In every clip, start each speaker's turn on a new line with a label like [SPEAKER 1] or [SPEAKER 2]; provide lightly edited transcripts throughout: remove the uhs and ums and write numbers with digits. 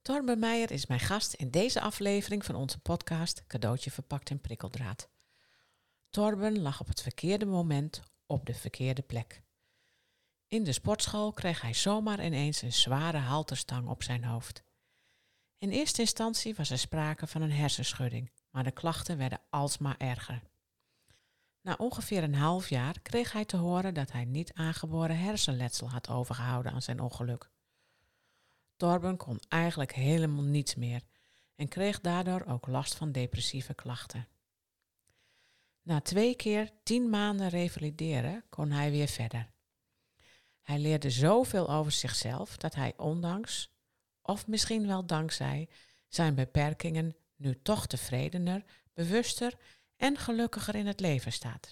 [SPEAKER 1] Torben Meijer is mijn gast in deze aflevering van onze podcast Cadeautje verpakt in prikkeldraad. Torben lag op het verkeerde moment op de verkeerde plek. In de sportschool kreeg hij zomaar ineens een zware halterstang op zijn hoofd. In eerste instantie was er sprake van een hersenschudding, maar de klachten werden alsmaar erger. Na ongeveer een half jaar kreeg hij te horen dat hij niet aangeboren hersenletsel had overgehouden aan zijn ongeluk. Torben kon eigenlijk helemaal niets meer en kreeg daardoor ook last van depressieve klachten. Na 2 keer 10 maanden revalideren kon hij weer verder. Hij leerde zoveel over zichzelf dat hij ondanks, of misschien wel dankzij, zijn beperkingen nu toch tevredener, bewuster en gelukkiger in het leven staat.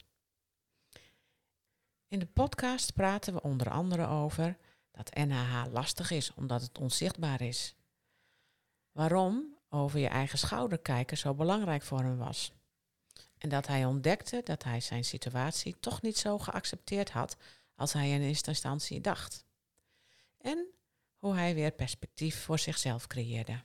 [SPEAKER 1] In de podcast praten we onder andere over dat NHH lastig is omdat het onzichtbaar is. Waarom over je eigen schouder kijken zo belangrijk voor hem was. En dat hij ontdekte dat hij zijn situatie toch niet zo geaccepteerd had als hij in eerste instantie dacht. En hoe hij weer perspectief voor zichzelf creëerde.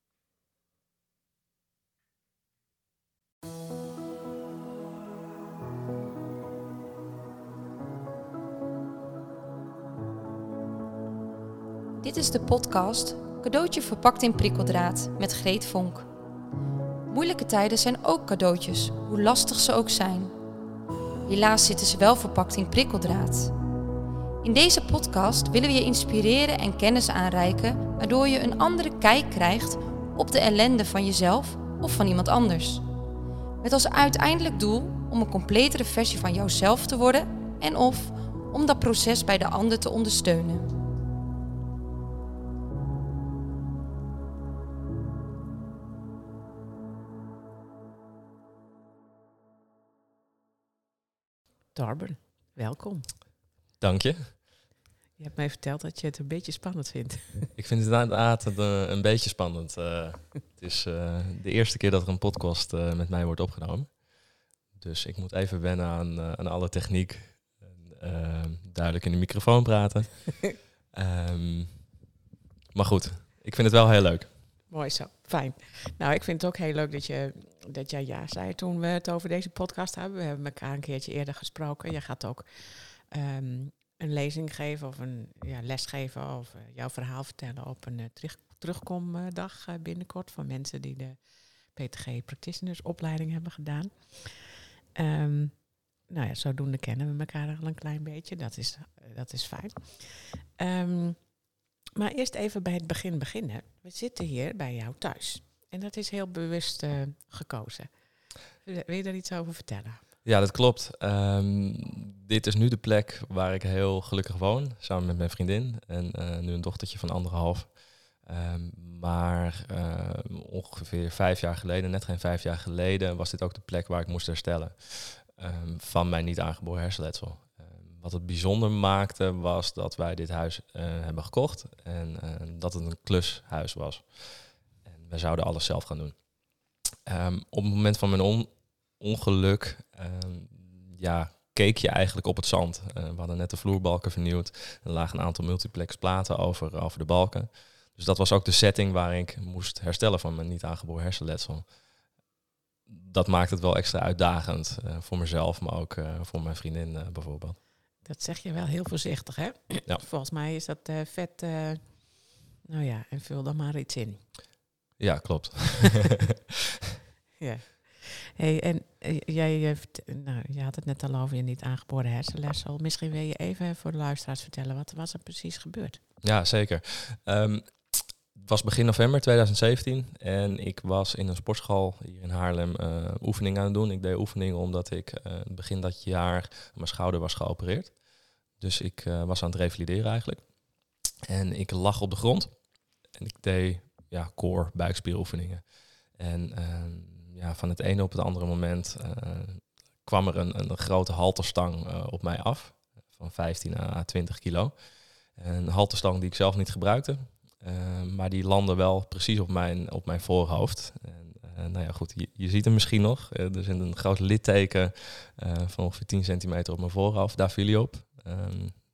[SPEAKER 2] Dit is de podcast Cadeautje verpakt in prikkeldraad met Greet Vonk. Moeilijke tijden zijn ook cadeautjes, hoe lastig ze ook zijn. Helaas zitten ze wel verpakt in prikkeldraad. In deze podcast willen we je inspireren en kennis aanreiken, waardoor je een andere kijk krijgt op de ellende van jezelf of van iemand anders. Met als uiteindelijk doel om een completere versie van jouzelf te worden en of om dat proces bij de ander te ondersteunen.
[SPEAKER 1] Torben, welkom.
[SPEAKER 3] Dank je.
[SPEAKER 1] Je hebt mij verteld dat je het een beetje spannend vindt.
[SPEAKER 3] Ik vind het inderdaad een beetje spannend. Het is de eerste keer dat er een podcast met mij wordt opgenomen. Dus ik moet even wennen aan alle techniek. Duidelijk in de microfoon praten. Maar goed, ik vind het wel heel leuk.
[SPEAKER 1] Mooi zo, fijn. Nou, ik vind het ook heel leuk dat jij ja zei toen we het over deze podcast hebben. We hebben elkaar een keertje eerder gesproken. Je gaat ook een lezing geven of een les geven of jouw verhaal vertellen op een terugkomdag binnenkort van mensen die de PTG Practitioners opleiding hebben gedaan. Nou ja, zodoende kennen we elkaar al een klein beetje. Dat is fijn. Maar eerst even bij het begin beginnen. We zitten hier bij jou thuis. En dat is heel bewust gekozen. Wil je daar iets over vertellen?
[SPEAKER 3] Ja, dat klopt. Dit is nu de plek waar ik heel gelukkig woon, samen met mijn vriendin. En nu een dochtertje van 1,5. Maar ongeveer 5 jaar geleden, net geen 5 jaar geleden, was dit ook de plek waar ik moest herstellen. Van mijn niet aangeboren hersenletsel. Wat het bijzonder maakte was dat wij dit huis hebben gekocht. En dat het een klushuis was. En we zouden alles zelf gaan doen. Op het moment van mijn ongeluk keek je eigenlijk op het zand. We hadden net de vloerbalken vernieuwd. Er lagen een aantal multiplex platen over de balken. Dus dat was ook de setting waar ik moest herstellen van mijn niet aangeboren hersenletsel. Dat maakt het wel extra uitdagend voor mezelf, maar ook voor mijn vriendin bijvoorbeeld.
[SPEAKER 1] Dat zeg je wel heel voorzichtig, hè?
[SPEAKER 3] Ja.
[SPEAKER 1] Volgens mij is dat vet. Nou ja, en vul dan maar iets in.
[SPEAKER 3] Ja, klopt.
[SPEAKER 1] Ja. Hey, en je had het net al over je niet aangeboren hersenletsel. Misschien wil je even voor de luisteraars vertellen, wat was er precies gebeurd?
[SPEAKER 3] Ja, zeker. Het was begin november 2017 en ik was in een sportschool hier in Haarlem oefeningen aan het doen. Ik deed oefeningen omdat ik begin dat jaar mijn schouder was geopereerd. Dus ik was aan het revalideren eigenlijk. En ik lag op de grond en ik deed core buikspieroefeningen. En van het ene op het andere moment kwam er een grote halterstang op mij af. Van 15 à 20 kilo. Een halterstang die ik zelf niet gebruikte. Maar die landde wel precies op mijn voorhoofd. En goed, je ziet hem misschien nog. Er zit een groot litteken van ongeveer 10 centimeter op mijn voorhoofd. Daar viel hij op.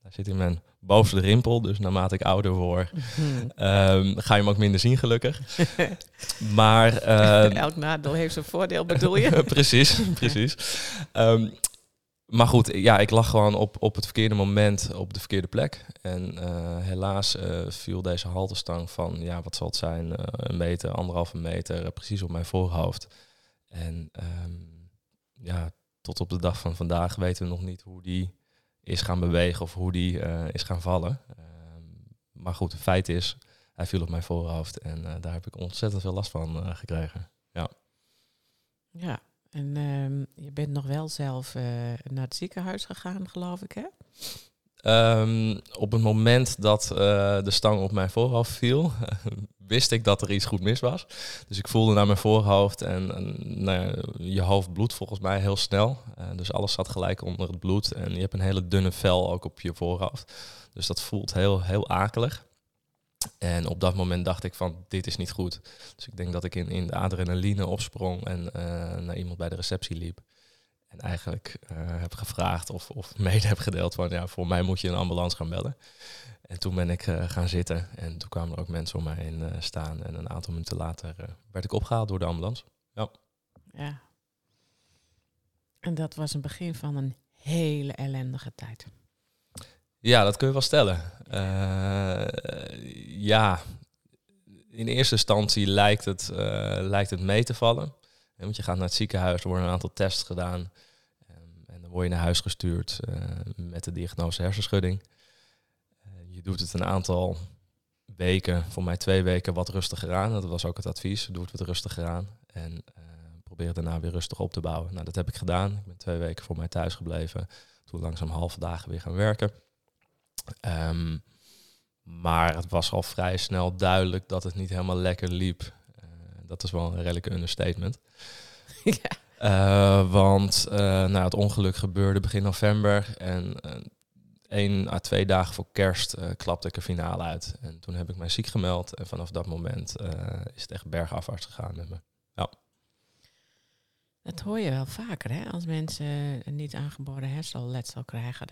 [SPEAKER 3] Hij zit in mijn bovenste rimpel, dus naarmate ik ouder word, ga je hem ook minder zien, gelukkig. Maar
[SPEAKER 1] elk nadeel heeft zijn voordeel, bedoel je?
[SPEAKER 3] precies. Maar goed, ja, ik lag gewoon op het verkeerde moment op de verkeerde plek. En helaas viel deze haltestang van, ja, wat zal het zijn, 1 meter, 1,5 meter, precies op mijn voorhoofd. En ja, tot op de dag van vandaag weten we nog niet hoe die is gaan bewegen of hoe die is gaan vallen. Maar goed, het feit is, hij viel op mijn voorhoofd en daar heb ik ontzettend veel last van gekregen. Ja.
[SPEAKER 1] Ja, en je bent nog wel zelf naar het ziekenhuis gegaan, geloof ik, hè?
[SPEAKER 3] Op het moment dat de stang op mijn voorhoofd viel, wist ik dat er iets goed mis was. Dus ik voelde naar mijn voorhoofd en nou ja, je hoofd bloedt volgens mij heel snel. Dus alles zat gelijk onder het bloed en je hebt een hele dunne vel ook op je voorhoofd. Dus dat voelt heel, heel akelig. En op dat moment dacht ik van, dit is niet goed. Dus ik denk dat ik in de adrenaline opsprong en naar iemand bij de receptie liep. En eigenlijk heb gevraagd of mede heb gedeeld van, ja, voor mij moet je een ambulance gaan bellen. En toen ben ik gaan zitten en toen kwamen er ook mensen om mij heen staan. En een aantal minuten later werd ik opgehaald door de ambulance.
[SPEAKER 1] Ja. En dat was een begin van een hele ellendige tijd.
[SPEAKER 3] Ja, dat kun je wel stellen. Ja, in eerste instantie lijkt het mee te vallen. Want je gaat naar het ziekenhuis, er worden een aantal tests gedaan. En dan word je naar huis gestuurd met de diagnose hersenschudding. Je doet het een aantal weken, voor mij 2 weken, wat rustiger aan. Dat was ook het advies, doe het wat rustiger aan. En probeer het daarna weer rustig op te bouwen. Nou, dat heb ik gedaan. Ik ben 2 weken voor mij thuis gebleven. Toen langzaam halve dagen weer gaan werken. Maar het was al vrij snel duidelijk dat het niet helemaal lekker liep. Dat is wel een redelijke understatement.
[SPEAKER 1] Ja.
[SPEAKER 3] Want het ongeluk gebeurde begin november. En 1 à 2 dagen voor kerst klapte ik er finaal uit. En toen heb ik mij ziek gemeld. En vanaf dat moment is het echt bergafwaarts gegaan met me. Ja.
[SPEAKER 1] Dat hoor je wel vaker, hè? Als mensen een niet aangeboren hersenletsel krijgen.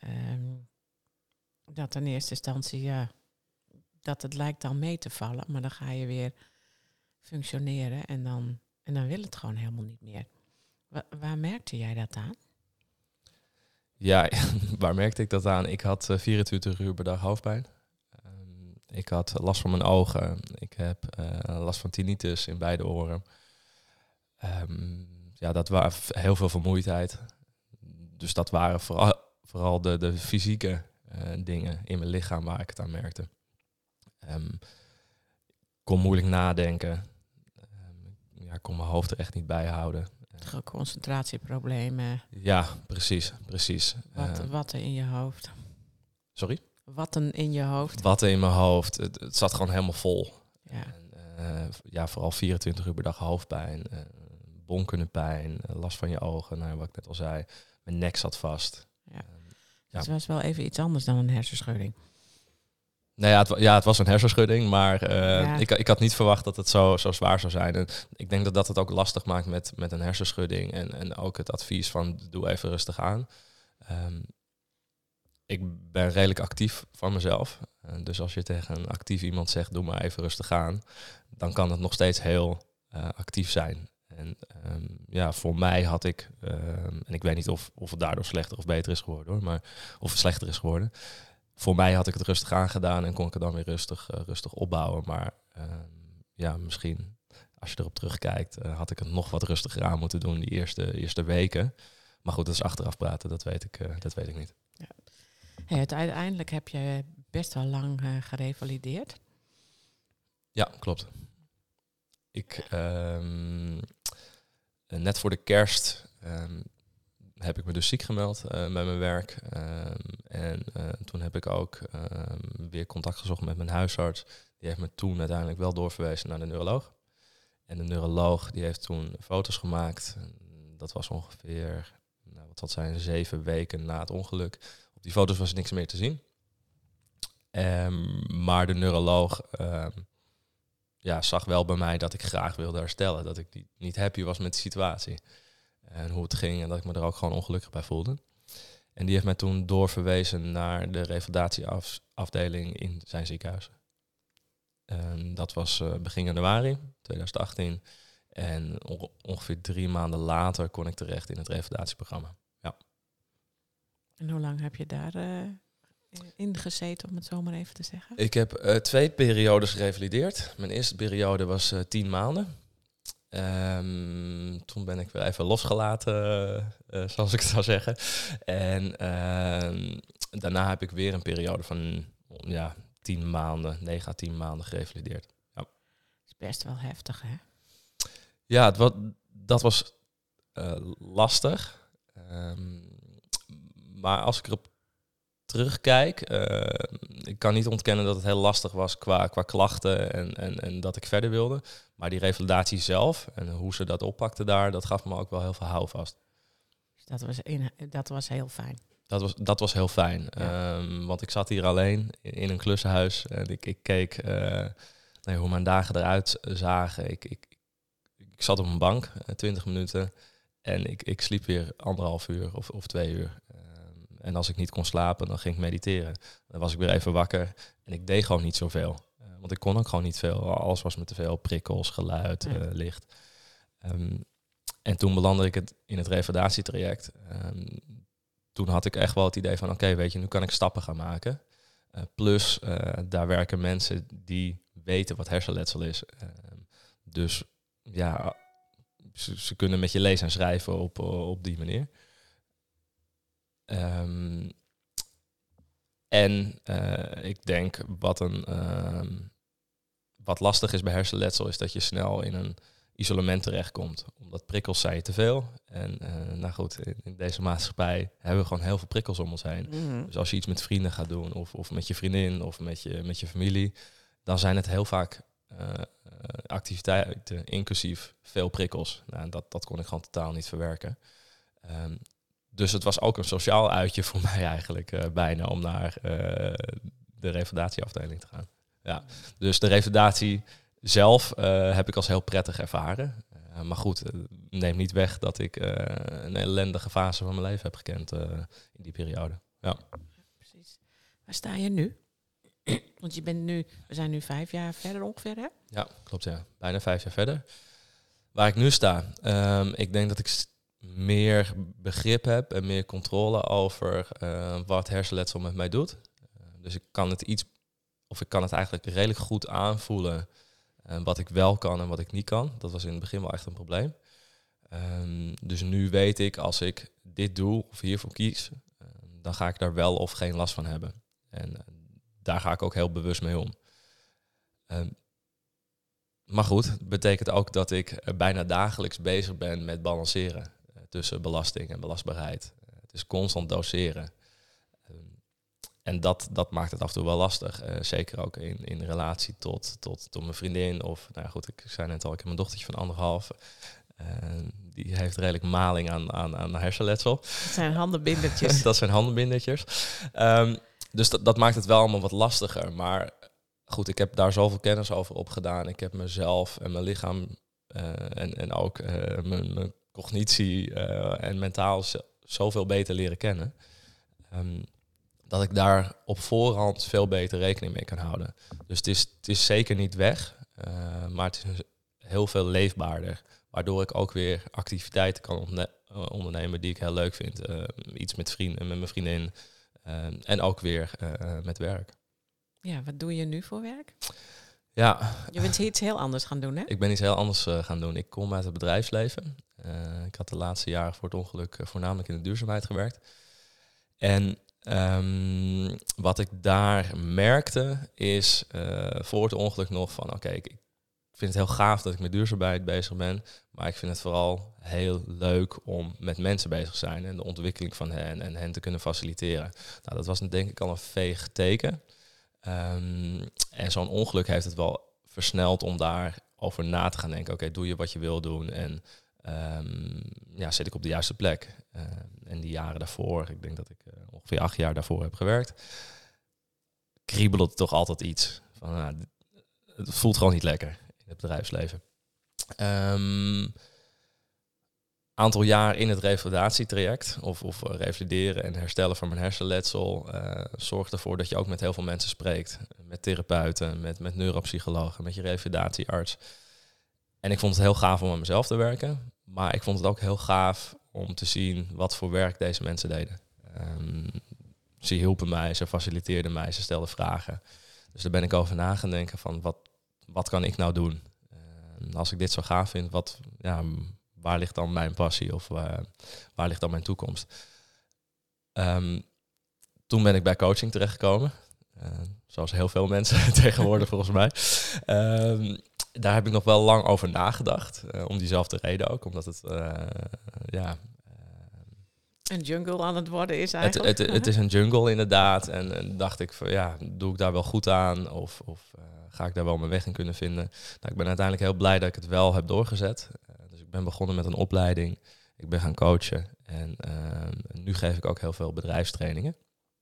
[SPEAKER 1] Dat in eerste instantie, dat het lijkt dan mee te vallen. Maar dan ga je weer functioneren en dan wil het gewoon helemaal niet meer. Waar merkte jij dat aan?
[SPEAKER 3] Ja, waar merkte ik dat aan? Ik had 24 uur per dag hoofdpijn. Ik had last van mijn ogen. Ik heb last van tinnitus in beide oren. Dat was heel veel vermoeidheid. Dus dat waren vooral de fysieke dingen in mijn lichaam waar ik het aan merkte. Kon moeilijk nadenken. Ik kon mijn hoofd er echt niet bij houden.
[SPEAKER 1] Concentratieproblemen.
[SPEAKER 3] Ja, precies.
[SPEAKER 1] Watten in je hoofd.
[SPEAKER 3] Sorry?
[SPEAKER 1] Watten in je hoofd.
[SPEAKER 3] Watten in mijn hoofd. Het zat gewoon helemaal vol.
[SPEAKER 1] Ja.
[SPEAKER 3] En, vooral 24 uur per dag hoofdpijn. Bonkende pijn. Last van je ogen. Wat ik net al zei. Mijn nek zat vast.
[SPEAKER 1] Ja. Het was wel even iets anders dan een hersenschudding.
[SPEAKER 3] Het was een hersenschudding, maar ik had niet verwacht dat het zo zwaar zou zijn. En ik denk dat het ook lastig maakt met een hersenschudding en ook het advies van doe even rustig aan. Ik ben redelijk actief van mezelf. Dus als je tegen een actief iemand zegt doe maar even rustig aan, dan kan het nog steeds heel actief zijn. En voor mij had ik, en ik weet niet of het daardoor slechter of beter is geworden hoor, maar of het slechter is geworden. Voor mij had ik het rustig aangedaan en kon ik het dan weer rustig opbouwen. Maar misschien als je erop terugkijkt, had ik het nog wat rustiger aan moeten doen die eerste weken. Maar goed, dat is achteraf praten, dat weet ik niet.
[SPEAKER 1] Ja. Hey, uiteindelijk heb je best wel lang gerevalideerd.
[SPEAKER 3] Ja, klopt. Ik net voor de kerst heb ik me dus ziek gemeld bij mijn werk. En toen heb ik ook weer contact gezocht met mijn huisarts. Die heeft me toen uiteindelijk wel doorverwezen naar de neuroloog. En de neuroloog die heeft toen foto's gemaakt. Dat was ongeveer 7 weken na het ongeluk. Op die foto's was niks meer te zien. Maar de neuroloog zag wel bij mij dat ik graag wilde herstellen. Dat ik niet happy was met de situatie. En hoe het ging en dat ik me er ook gewoon ongelukkig bij voelde. En die heeft mij toen doorverwezen naar de revalidatieafdeling in zijn ziekenhuis. Dat was begin januari 2018. En ongeveer 3 maanden later kon ik terecht in het revalidatieprogramma. Ja.
[SPEAKER 1] En hoe lang heb je daar in gezeten, om het zo maar even te zeggen?
[SPEAKER 3] Ik heb 2 periodes gerevalideerd. Mijn eerste periode was 10 maanden. Toen ben ik weer even losgelaten, zoals ik het zou zeggen. En daarna heb ik weer een periode van 10 maanden, 9 à 10 maanden gerevalideerd. Ja.
[SPEAKER 1] Dat is best wel heftig, hè?
[SPEAKER 3] Ja, dat was lastig. Maar als ik erop terugkijk, ik kan niet ontkennen dat het heel lastig was qua klachten en dat ik verder wilde. Maar die revalidatie zelf en hoe ze dat oppakte daar, dat gaf me ook wel heel veel houvast.
[SPEAKER 1] Dus dat was heel fijn.
[SPEAKER 3] Dat was heel fijn.
[SPEAKER 1] Ja.
[SPEAKER 3] Want ik zat hier alleen in een klussenhuis en ik keek hoe mijn dagen eruit zagen. Ik zat op een bank 20 minuten en ik sliep weer 1,5 uur of 2 uur. En als ik niet kon slapen, dan ging ik mediteren. Dan was ik weer even wakker en ik deed gewoon niet zoveel. Want ik kon ook gewoon niet veel. Alles was me te veel. Prikkels, geluid, licht. En toen belandde ik in het revalidatietraject. Toen had ik echt wel het idee van, oké, weet je, nu kan ik stappen gaan maken. Plus, daar werken mensen die weten wat hersenletsel is. Dus ja, ze kunnen met je lezen en schrijven op die manier. Ik denk wat lastig is bij hersenletsel is dat je snel in een isolement terechtkomt. Omdat prikkels zijn je te veel. En in deze maatschappij hebben we gewoon heel veel prikkels om ons heen.
[SPEAKER 1] Mm-hmm.
[SPEAKER 3] Dus als je iets met vrienden gaat doen of met je vriendin of met je familie, dan zijn het heel vaak activiteiten, inclusief veel prikkels. Nou, dat kon ik gewoon totaal niet verwerken. Dus het was ook een sociaal uitje voor mij eigenlijk bijna om naar de revalidatieafdeling te gaan. Ja. Dus de revalidatie zelf heb ik als heel prettig ervaren. Maar goed, neemt niet weg dat ik een ellendige fase van mijn leven heb gekend in die periode. Ja.
[SPEAKER 1] Precies. Waar sta je nu? Want we zijn nu 5 jaar verder ongeveer, hè?
[SPEAKER 3] Ja, klopt ja. Bijna 5 jaar verder. Waar ik nu sta, ik denk dat ik meer begrip heb en meer controle over wat hersenletsel met mij doet. Dus ik kan het eigenlijk redelijk goed aanvoelen wat ik wel kan en wat ik niet kan. Dat was in het begin wel echt een probleem. Dus nu weet ik, als ik dit doe of hiervoor kies, dan ga ik daar wel of geen last van hebben. En daar ga ik ook heel bewust mee om. Maar goed, het betekent ook dat ik bijna dagelijks bezig ben met balanceren tussen belasting en belastbaarheid. Het is constant doseren. En dat maakt het af en toe wel lastig. Zeker ook in relatie tot mijn vriendin. Of, nou goed, ik zei net al, ik heb een dochtertje van 1,5. Die heeft redelijk maling aan hersenletsel.
[SPEAKER 1] Dat zijn handenbindertjes.
[SPEAKER 3] Dat zijn handenbindertjes. Dus dat maakt het wel allemaal wat lastiger. Maar goed, ik heb daar zoveel kennis over opgedaan. Ik heb mezelf en mijn lichaam en ook mijn cognitie en mentaal zoveel beter leren kennen. Dat ik daar op voorhand veel beter rekening mee kan houden. Dus het is zeker niet weg, maar het is heel veel leefbaarder. Waardoor ik ook weer activiteiten kan ondernemen die ik heel leuk vind. Iets met vrienden, met mijn vriendin en ook weer met werk.
[SPEAKER 1] Ja, wat doe je nu voor werk?
[SPEAKER 3] Ja.
[SPEAKER 1] Je bent iets heel anders gaan doen, hè?
[SPEAKER 3] Ik ben iets heel anders gaan doen. Ik kom uit het bedrijfsleven. Ik had de laatste jaren voor het ongeluk voornamelijk in de duurzaamheid gewerkt. En wat ik daar merkte is voor het ongeluk nog van oké, ik vind het heel gaaf dat ik met duurzaamheid bezig ben, maar ik vind het vooral heel leuk om met mensen bezig te zijn en de ontwikkeling van hen en hen te kunnen faciliteren. Nou, dat was denk ik al een veeg teken. En zo'n ongeluk heeft het wel versneld om daarover na te gaan denken. Oké, doe je wat je wil doen en zit ik op de juiste plek. En die jaren daarvoor, ik denk dat ik ongeveer 8 jaar daarvoor heb gewerkt, kriebelde het toch altijd iets. Van, het voelt gewoon niet lekker in het bedrijfsleven. aantal jaar in het revalidatietraject, of revalideren en herstellen van mijn hersenletsel, zorgt ervoor dat je ook met heel veel mensen spreekt. Met therapeuten, met neuropsychologen, met je revalidatiearts. En ik vond het heel gaaf om aan mezelf te werken. Maar ik vond het ook heel gaaf om te zien wat voor werk deze mensen deden. Ze hielpen mij, ze faciliteerden mij, ze stelden vragen. Dus daar ben ik over na gaan denken van wat kan ik nou doen? Als ik dit zo gaaf vind, waar ligt dan mijn passie of waar ligt dan mijn toekomst? Toen ben ik bij coaching terechtgekomen. Zoals heel veel mensen tegenwoordig volgens mij. Daar heb ik nog wel lang over nagedacht. Om diezelfde reden ook. Omdat het
[SPEAKER 1] een jungle aan het worden is eigenlijk.
[SPEAKER 3] Het is een jungle inderdaad. En dacht ik van doe ik daar wel goed aan? Of ga ik daar wel mijn weg in kunnen vinden? Nou, ik ben uiteindelijk heel blij dat ik het wel heb doorgezet. Dus ik ben begonnen met een opleiding. Ik ben gaan coachen. En nu geef ik ook heel veel bedrijfstrainingen.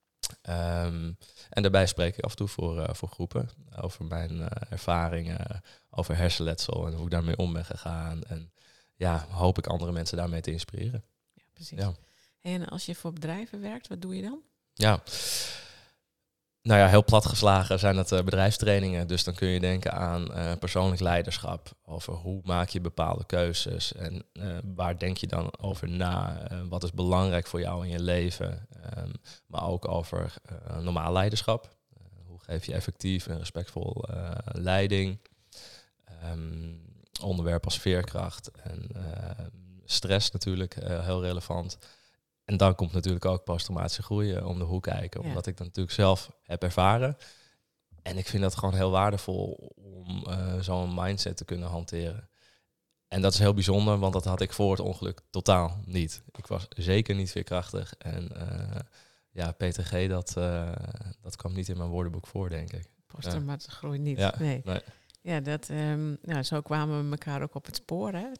[SPEAKER 3] En daarbij spreek ik af en toe voor groepen over mijn ervaringen, over hersenletsel en hoe ik daarmee om ben gegaan. En hoop ik andere mensen daarmee te inspireren.
[SPEAKER 1] Ja, precies.
[SPEAKER 3] Ja.
[SPEAKER 1] En als je voor bedrijven werkt, wat doe je dan?
[SPEAKER 3] Ja, nou ja, heel plat geslagen zijn het bedrijfstrainingen. Dus dan kun je denken aan persoonlijk leiderschap. Over hoe maak je bepaalde keuzes. En waar denk je dan over na? Wat is belangrijk voor jou in je leven? Maar ook over normaal leiderschap. Hoe geef je effectief en respectvol leiding? Onderwerp als veerkracht en stress natuurlijk heel relevant. En dan komt natuurlijk ook posttraumatische groei om de hoek kijken. Omdat ik dat natuurlijk zelf heb ervaren. En ik vind dat gewoon heel waardevol om zo'n mindset te kunnen hanteren. En dat is heel bijzonder, want dat had ik voor het ongeluk totaal niet. Ik was zeker niet veerkrachtig. En PTG, dat kwam niet in mijn woordenboek voor, denk ik.
[SPEAKER 1] Posttraumatische groei niet,
[SPEAKER 3] ja,
[SPEAKER 1] nee.
[SPEAKER 3] Nee.
[SPEAKER 1] Zo kwamen we elkaar ook op het spoor, hè.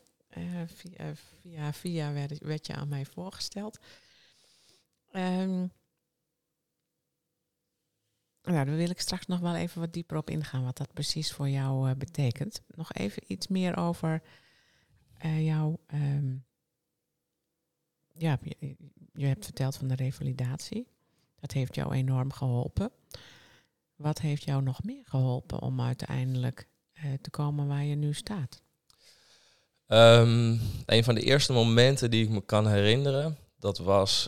[SPEAKER 1] Via werd je aan mij voorgesteld. Daar wil ik straks nog wel even wat dieper op ingaan, wat dat precies voor jou betekent. Nog even iets meer over jouw... je hebt verteld van de revalidatie. Dat heeft jou enorm geholpen. Wat heeft jou nog meer geholpen om uiteindelijk te komen waar je nu staat?
[SPEAKER 3] Een van de eerste momenten die ik me kan herinneren, dat was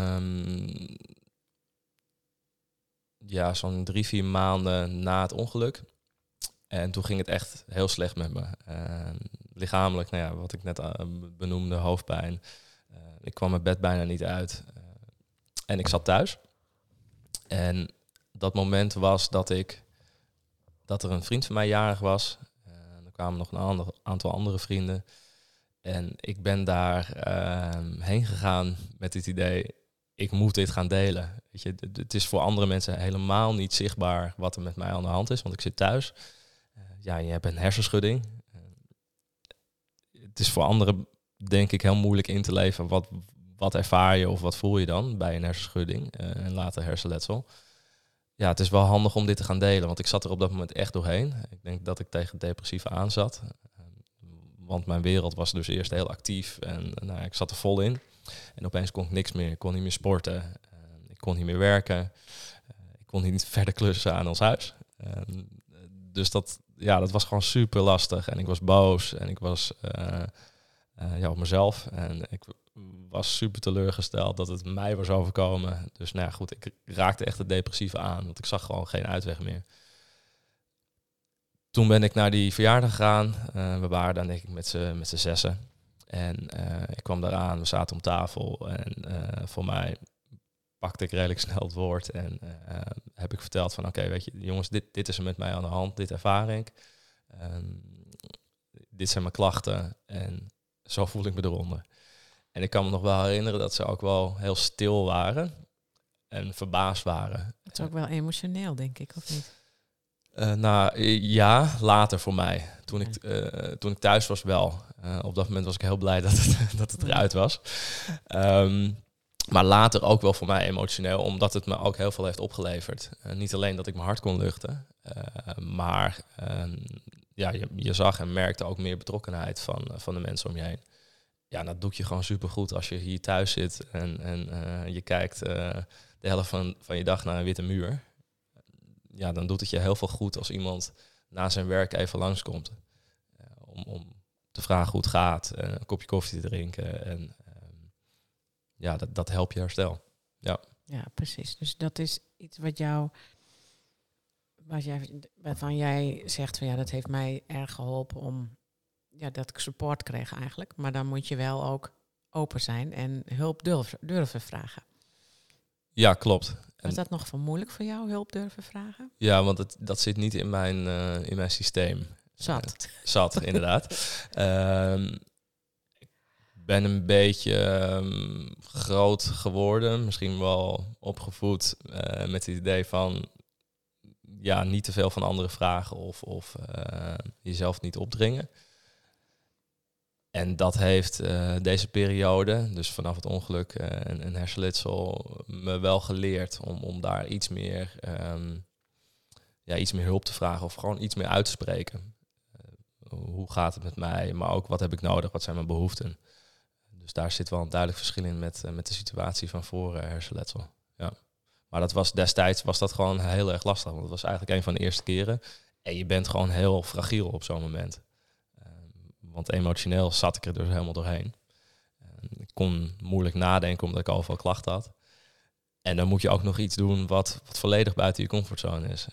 [SPEAKER 3] zo'n 3-4 maanden na het ongeluk. En toen ging het echt heel slecht met me. Lichamelijk, wat ik net benoemde, hoofdpijn. Ik kwam mijn bed bijna niet uit. En ik zat thuis. En dat moment was dat er een vriend van mij jarig was. Er kwamen nog een aantal andere vrienden. En ik ben daar heen gegaan met het idee, ik moet dit gaan delen. Weet je, het is voor andere mensen helemaal niet zichtbaar wat er met mij aan de hand is, want ik zit thuis. Je hebt een hersenschudding. Het is voor anderen, denk ik, heel moeilijk in te leven. Wat ervaar je of wat voel je dan bij een hersenschudding en later hersenletsel? Ja, het is wel handig om dit te gaan delen, want ik zat er op dat moment echt doorheen. Ik denk dat ik tegen depressieve aan zat. Want mijn wereld was dus eerst heel actief en ik zat er vol in. En opeens kon ik niks meer. Ik kon niet meer sporten. Ik kon niet meer werken. Ik kon niet verder klussen aan ons huis. Dus dat was gewoon super lastig. En ik was boos en ik was op mezelf. En ik was super teleurgesteld dat het mij was overkomen. Dus ik raakte echt het depressieve aan. Want ik zag gewoon geen uitweg meer. Toen ben ik naar die verjaardag gegaan. We waren daar denk ik met z'n zessen. En ik kwam daaraan, we zaten om tafel. En voor mij pakte ik redelijk snel het woord. En heb ik verteld van oké, weet je, jongens, dit is er met mij aan de hand. Dit ervaar ik. Dit zijn mijn klachten. En zo voel ik me eronder. En ik kan me nog wel herinneren dat ze ook wel heel stil waren. En verbaasd waren.
[SPEAKER 1] Het is ook wel emotioneel, denk ik, of niet?
[SPEAKER 3] Later voor mij. Toen ik thuis was wel. Op dat moment was ik heel blij dat het eruit was. Maar later ook wel voor mij emotioneel, omdat het me ook heel veel heeft opgeleverd. Niet alleen dat ik mijn hart kon luchten, maar je zag en merkte ook meer betrokkenheid van de mensen om je heen. ja, dat doe je gewoon supergoed als je hier thuis zit en je kijkt de helft van je dag naar een witte muur. Ja, dan doet het je heel veel goed als iemand na zijn werk even langskomt. Om te vragen hoe het gaat, een kopje koffie te drinken. En ja, dat helpt je herstel. Ja.
[SPEAKER 1] Ja, precies. Dus dat is iets waarvan jij zegt van ja, dat heeft mij erg geholpen om dat ik support kreeg eigenlijk. Maar dan moet je wel ook open zijn en hulp durven vragen.
[SPEAKER 3] Ja, klopt.
[SPEAKER 1] Was dat nog moeilijk voor jou, hulp durven vragen?
[SPEAKER 3] Ja, want dat zit niet in mijn systeem. Zat, inderdaad. Ik ben een beetje groot geworden, misschien wel opgevoed met het idee van ja, niet te veel van anderen vragen of jezelf niet opdringen. En dat heeft deze periode, dus vanaf het ongeluk en hersenletsel, me wel geleerd om daar iets meer hulp te vragen of gewoon iets meer uit te spreken. Hoe gaat het met mij, maar ook wat heb ik nodig, wat zijn mijn behoeften. Dus daar zit wel een duidelijk verschil in met de situatie van voor hersenletsel. Ja. Maar destijds was dat gewoon heel erg lastig, want het was eigenlijk een van de eerste keren. En je bent gewoon heel fragiel op zo'n moment. Want emotioneel zat ik er dus helemaal doorheen. Ik kon moeilijk nadenken omdat ik al veel klachten had. En dan moet je ook nog iets doen wat volledig buiten je comfortzone is.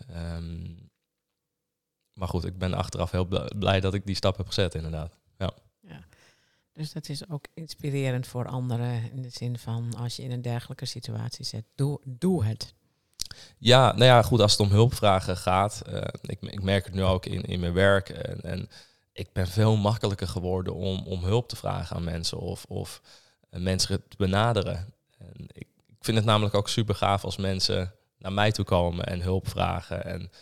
[SPEAKER 3] Maar goed, ik ben achteraf heel blij dat ik die stap heb gezet, inderdaad. Ja.
[SPEAKER 1] Dus dat is ook inspirerend voor anderen in de zin van als je in een dergelijke situatie zit, doe het.
[SPEAKER 3] Ja, nou ja, goed, als het om hulpvragen gaat. Ik merk het nu ook in mijn werk. En ik ben veel makkelijker geworden om hulp te vragen aan mensen of mensen te benaderen. En ik vind het namelijk ook super gaaf als mensen naar mij toe komen en hulp vragen. En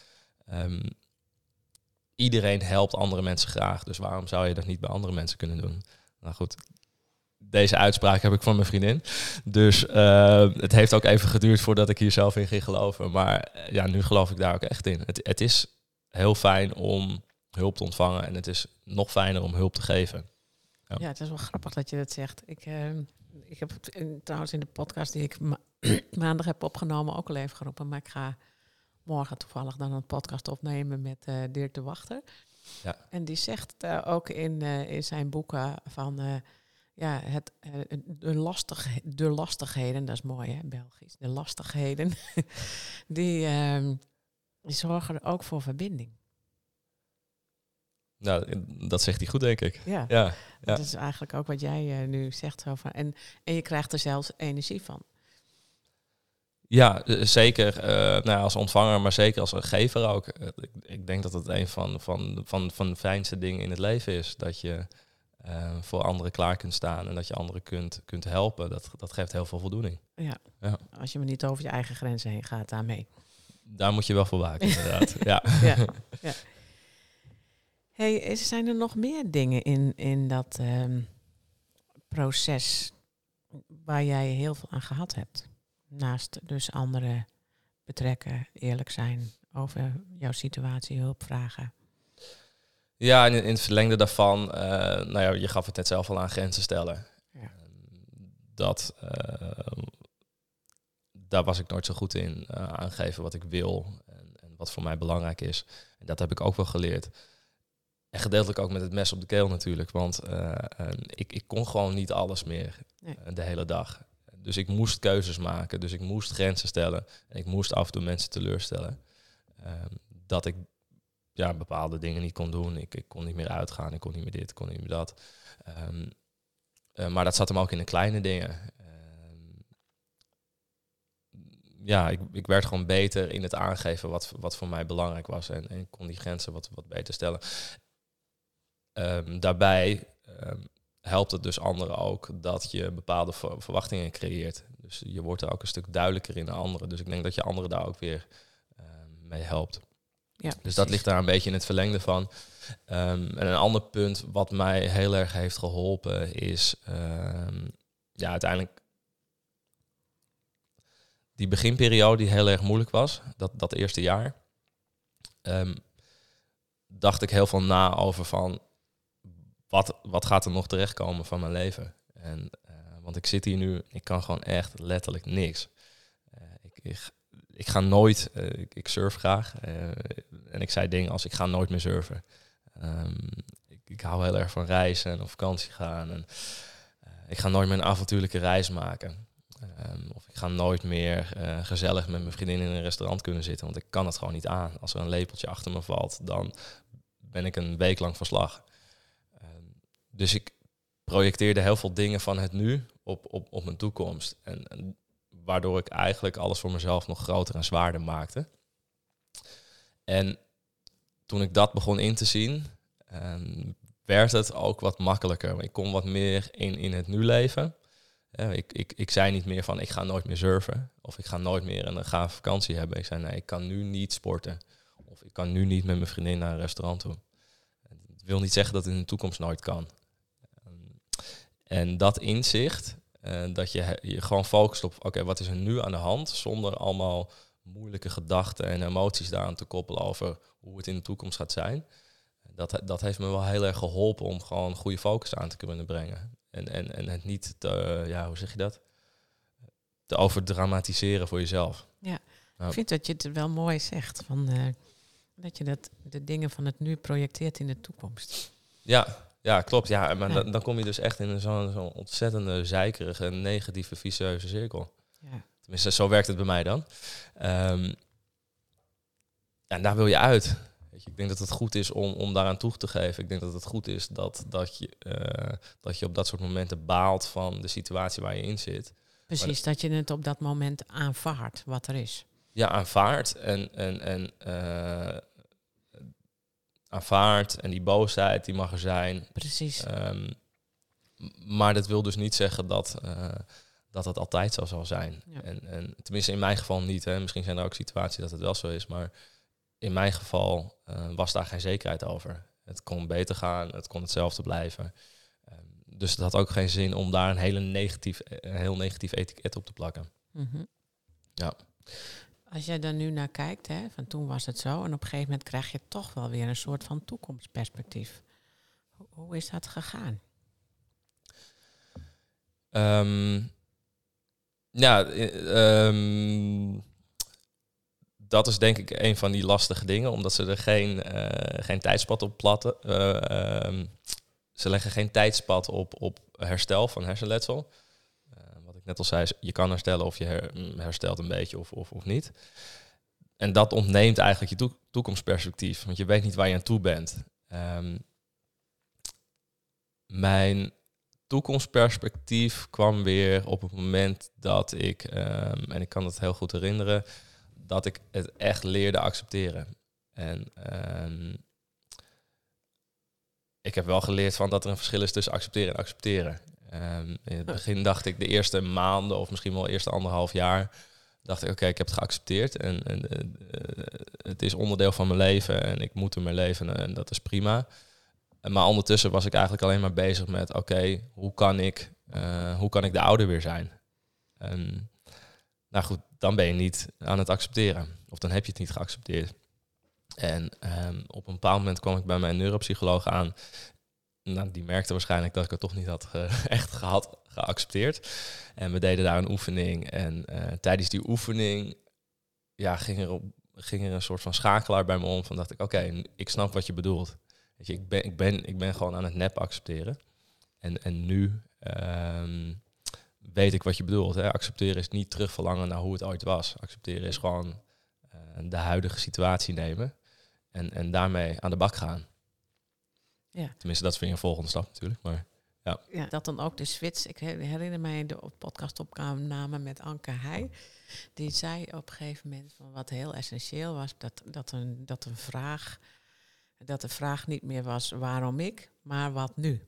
[SPEAKER 3] iedereen helpt andere mensen graag. Dus waarom zou je dat niet bij andere mensen kunnen doen? Nou goed, deze uitspraak heb ik van mijn vriendin. Dus het heeft ook even geduurd voordat ik hier zelf in ging geloven. Maar ja, nu geloof ik daar ook echt in. Het is heel fijn om hulp te ontvangen en het is nog fijner om hulp te geven.
[SPEAKER 1] Ja, het is wel grappig dat je dat zegt. Ik heb het trouwens in de podcast die ik maandag heb opgenomen ook al even geroepen. Maar ik ga morgen toevallig dan een podcast opnemen met Dirk de Wachter. Ja. En die zegt ook in zijn boeken van de lastigheden, dat is mooi hè, Belgisch, de lastigheden, die zorgen er ook voor verbinding.
[SPEAKER 3] Nou, dat zegt hij goed, denk ik.
[SPEAKER 1] Ja. Dat is eigenlijk ook wat jij nu zegt. Zo van, en je krijgt er zelfs energie van.
[SPEAKER 3] Ja, zeker als ontvanger, maar zeker als gever ook. Ik denk dat het een van de fijnste dingen in het leven is. Dat je voor anderen klaar kunt staan en dat je anderen kunt helpen. Dat geeft heel veel voldoening. Ja.
[SPEAKER 1] Als je maar niet over je eigen grenzen heen gaat daarmee.
[SPEAKER 3] Daar moet je wel voor waken, inderdaad. Ja.
[SPEAKER 1] Hey, zijn er nog meer dingen in dat proces waar jij heel veel aan gehad hebt? Naast dus anderen betrekken, eerlijk zijn over jouw situatie, hulp vragen.
[SPEAKER 3] Ja, en in het verlengde daarvan, je gaf het net zelf al aan, grenzen stellen. Ja. Daar was ik nooit zo goed in, aangeven wat ik wil en wat voor mij belangrijk is. En dat heb ik ook wel geleerd. En gedeeltelijk ook met het mes op de keel natuurlijk, want ik kon gewoon niet alles meer de hele dag. Dus ik moest keuzes maken, dus ik moest grenzen stellen. En ik moest af en toe mensen teleurstellen. Dat ik bepaalde dingen niet kon doen. Ik kon niet meer uitgaan, ik kon niet meer dit, ik kon niet meer dat. Maar dat zat hem ook in de kleine dingen. Ik werd gewoon beter in het aangeven wat voor mij belangrijk was. En kon die grenzen wat beter stellen. Daarbij helpt het dus anderen ook dat je bepaalde verwachtingen creëert. Dus je wordt er ook een stuk duidelijker in naar anderen. Dus ik denk dat je anderen daar ook weer mee helpt. Ja, dus dat ligt daar een beetje in het verlengde van. En een ander punt wat mij heel erg heeft geholpen is uiteindelijk die beginperiode die heel erg moeilijk was, dat eerste jaar, dacht ik heel veel na over van wat gaat er nog terechtkomen van mijn leven? Want ik zit hier nu, ik kan gewoon echt letterlijk niks. Ik ga nooit, ik surf graag. En ik zei dingen als, ik ga nooit meer surfen. Ik hou heel erg van reizen en op vakantie gaan. En, ik ga nooit meer een avontuurlijke reis maken. Of ik ga nooit meer gezellig met mijn vriendin in een restaurant kunnen zitten. Want ik kan het gewoon niet aan. Als er een lepeltje achter me valt, dan ben ik een week lang van slag. Dus ik projecteerde heel veel dingen van het nu op mijn toekomst. En waardoor ik eigenlijk alles voor mezelf nog groter en zwaarder maakte. En toen ik dat begon in te zien, werd het ook wat makkelijker. Ik kon wat meer in het nu leven. Ik zei niet meer van, ik ga nooit meer surfen. Of ik ga nooit meer een gave vakantie hebben. Ik zei, nee, ik kan nu niet sporten. Of ik kan nu niet met mijn vriendin naar een restaurant toe. Dat wil niet zeggen dat het in de toekomst nooit kan. En dat inzicht, dat je gewoon focust op, oké, wat is er nu aan de hand? Zonder allemaal moeilijke gedachten en emoties daaraan te koppelen over hoe het in de toekomst gaat zijn. Dat heeft me wel heel erg geholpen om gewoon goede focus aan te kunnen brengen. En het niet te, hoe zeg je dat? Te overdramatiseren voor jezelf.
[SPEAKER 1] Ja, ik vind dat je het wel mooi zegt. Dat je de dingen van het nu projecteert in de toekomst.
[SPEAKER 3] Ja, klopt. Ja, maar dan kom je dus echt in zo'n ontzettende zeikerige, negatieve, vicieuze cirkel. Ja. Tenminste, zo werkt het bij mij dan. En daar wil je uit. Weet je, ik denk dat het goed is om daaraan toe te geven. Ik denk dat het goed is dat je op dat soort momenten baalt van de situatie waar je in zit.
[SPEAKER 1] Precies, dat je het op dat moment aanvaardt wat er is.
[SPEAKER 3] Ja, aanvaardt aanvaardt en die boosheid die mag er zijn.
[SPEAKER 1] Precies.
[SPEAKER 3] Maar dat wil dus niet zeggen dat het altijd zo zal zijn. Ja. En tenminste in mijn geval niet. Hè. Misschien zijn er ook situaties dat het wel zo is, maar in mijn geval was daar geen zekerheid over. Het kon beter gaan, het kon hetzelfde blijven. Dus het had ook geen zin om daar een heel negatief etiket op te plakken.
[SPEAKER 1] Mm-hmm.
[SPEAKER 3] Ja.
[SPEAKER 1] Als jij daar nu naar kijkt, hè, van toen was het zo, en op een gegeven moment krijg je toch wel weer een soort van toekomstperspectief. Hoe is dat gegaan?
[SPEAKER 3] Dat is denk ik een van die lastige dingen, omdat ze er geen tijdspad op platten. Ze leggen geen tijdspad op herstel van hersenletsel. Wat ik net al zei, je kan herstellen of je herstelt een beetje of niet. En dat ontneemt eigenlijk je toekomstperspectief, want je weet niet waar je aan toe bent. Mijn toekomstperspectief kwam weer op het moment dat ik, en ik kan het heel goed herinneren, dat ik het echt leerde accepteren. En ik heb wel geleerd van dat er een verschil is tussen accepteren en accepteren. In het begin dacht ik de eerste maanden of misschien wel de eerste 1,5 jaar, dacht ik, oké, ik heb het geaccepteerd en het is onderdeel van mijn leven en ik moet ermee leven en dat is prima. Maar ondertussen was ik eigenlijk alleen maar bezig met, oké, hoe kan ik de ouder weer zijn? Nou goed, dan ben je niet aan het accepteren. Of dan heb je het niet geaccepteerd. En op een bepaald moment kwam ik bij mijn neuropsycholoog aan. Nou, die merkte waarschijnlijk dat ik het toch niet had echt geaccepteerd. En we deden daar een oefening. En tijdens die oefening ging er een soort van schakelaar bij me om. Van dacht ik, oké, ik snap wat je bedoelt. Weet je, ik ben gewoon aan het nep accepteren. En nu weet ik wat je bedoelt. Hè. Accepteren is niet terugverlangen naar hoe het ooit was. Accepteren is gewoon de huidige situatie nemen. En daarmee aan de bak gaan. Ja. Tenminste, dat is weer een volgende stap natuurlijk. Maar, ja.
[SPEAKER 1] Dat dan ook de switch. Ik herinner mij de podcastopname met Anke Heij. Die zei op een gegeven moment van wat heel essentieel was. Dat de vraag niet meer was waarom ik, maar wat nu.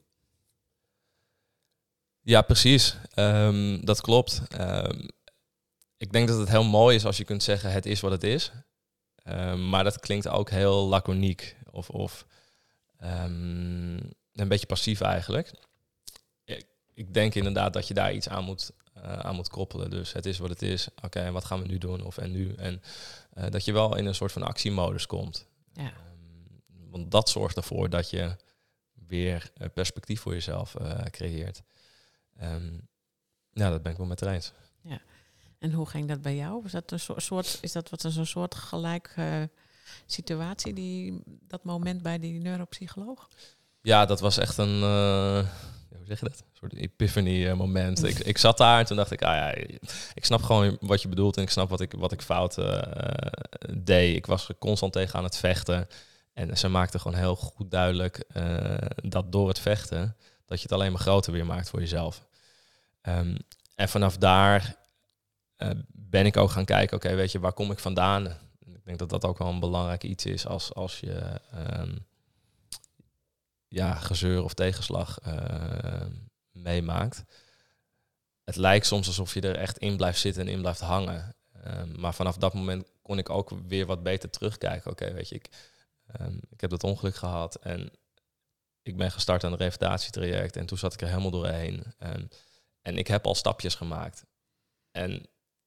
[SPEAKER 3] Ja, precies. Dat klopt. Ik denk dat het heel mooi is als je kunt zeggen het is wat het is. Maar dat klinkt ook heel laconiek of een beetje passief eigenlijk. Ik denk inderdaad dat je daar iets aan moet koppelen. Dus het is wat het is. Oké, en wat gaan we nu doen? En nu. En dat je wel in een soort van actiemodus komt.
[SPEAKER 1] Ja.
[SPEAKER 3] Want dat zorgt ervoor dat je weer perspectief voor jezelf creëert. Ja, dat ben ik wel met haar eens.
[SPEAKER 1] Ja. En hoe ging dat bij jou? Was dat een soort gelijk situatie, dat moment bij die neuropsycholoog?
[SPEAKER 3] Ja, dat was echt een, hoe zeg je dat? Een soort epiphany moment. Ik zat daar en toen dacht ik, ik snap gewoon wat je bedoelt en ik snap wat ik fout deed. Ik was er constant tegen aan het vechten. En ze maakte gewoon heel goed duidelijk dat door het vechten, dat je het alleen maar groter weer maakt voor jezelf. En vanaf daar ben ik ook gaan kijken, oké, weet je, waar kom ik vandaan? Ik denk dat dat ook wel een belangrijk iets is als je gezeur of tegenslag meemaakt. Het lijkt soms alsof je er echt in blijft zitten en in blijft hangen. Maar vanaf dat moment kon ik ook weer wat beter terugkijken. Oké, weet je, ik heb dat ongeluk gehad en ik ben gestart aan een revalidatietraject en toen zat ik er helemaal doorheen. En ik heb al stapjes gemaakt. En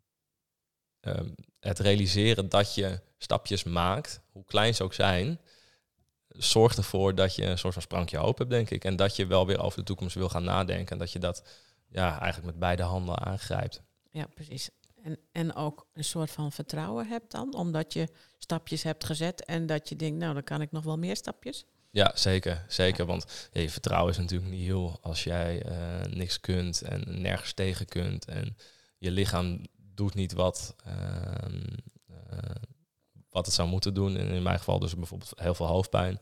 [SPEAKER 3] het realiseren dat je stapjes maakt, hoe klein ze ook zijn, zorgt ervoor dat je een soort van sprankje hoop hebt, denk ik. En dat je wel weer over de toekomst wil gaan nadenken. En dat je dat eigenlijk met beide handen aangrijpt.
[SPEAKER 1] Ja, precies. En ook een soort van vertrouwen hebt dan, omdat je stapjes hebt gezet en dat je denkt, nou, dan kan ik nog wel meer stapjes.
[SPEAKER 3] Ja, zeker. Zeker, want je vertrouwen is natuurlijk niet heel als jij niks kunt en nergens tegen kunt. En je lichaam doet niet wat het zou moeten doen. En in mijn geval dus bijvoorbeeld heel veel hoofdpijn.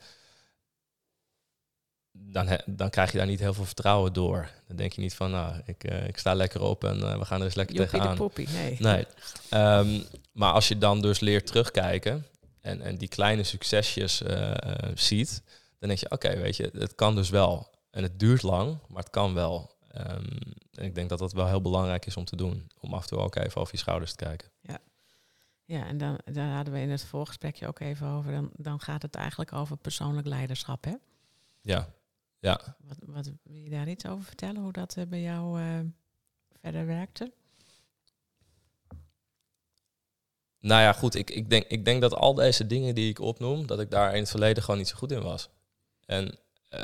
[SPEAKER 3] Dan krijg je daar niet heel veel vertrouwen door. Dan denk je niet van, nou, ik sta lekker op en we gaan er eens lekker tegenaan.
[SPEAKER 1] Poppie,
[SPEAKER 3] nee. Maar als je dan dus leert terugkijken en die kleine succesjes ziet, dan denk je, oké, weet je, het kan dus wel. En het duurt lang, maar het kan wel. En ik denk dat dat wel heel belangrijk is om te doen. Om af en toe ook even over je schouders te kijken.
[SPEAKER 1] Ja, en daar hadden we in het voorgesprekje ook even over. Dan gaat het eigenlijk over persoonlijk leiderschap, hè?
[SPEAKER 3] Ja.
[SPEAKER 1] Wat wil je daar iets over vertellen? Hoe dat bij jou verder werkte?
[SPEAKER 3] Nou ja, goed. Ik denk dat al deze dingen die ik opnoem, dat ik daar in het verleden gewoon niet zo goed in was. En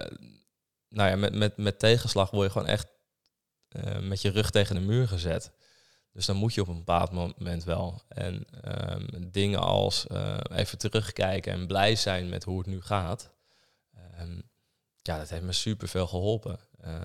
[SPEAKER 3] met tegenslag word je gewoon echt met je rug tegen de muur gezet. Dus dan moet je op een bepaald moment wel. En dingen als even terugkijken en blij zijn met hoe het nu gaat. Dat heeft me superveel geholpen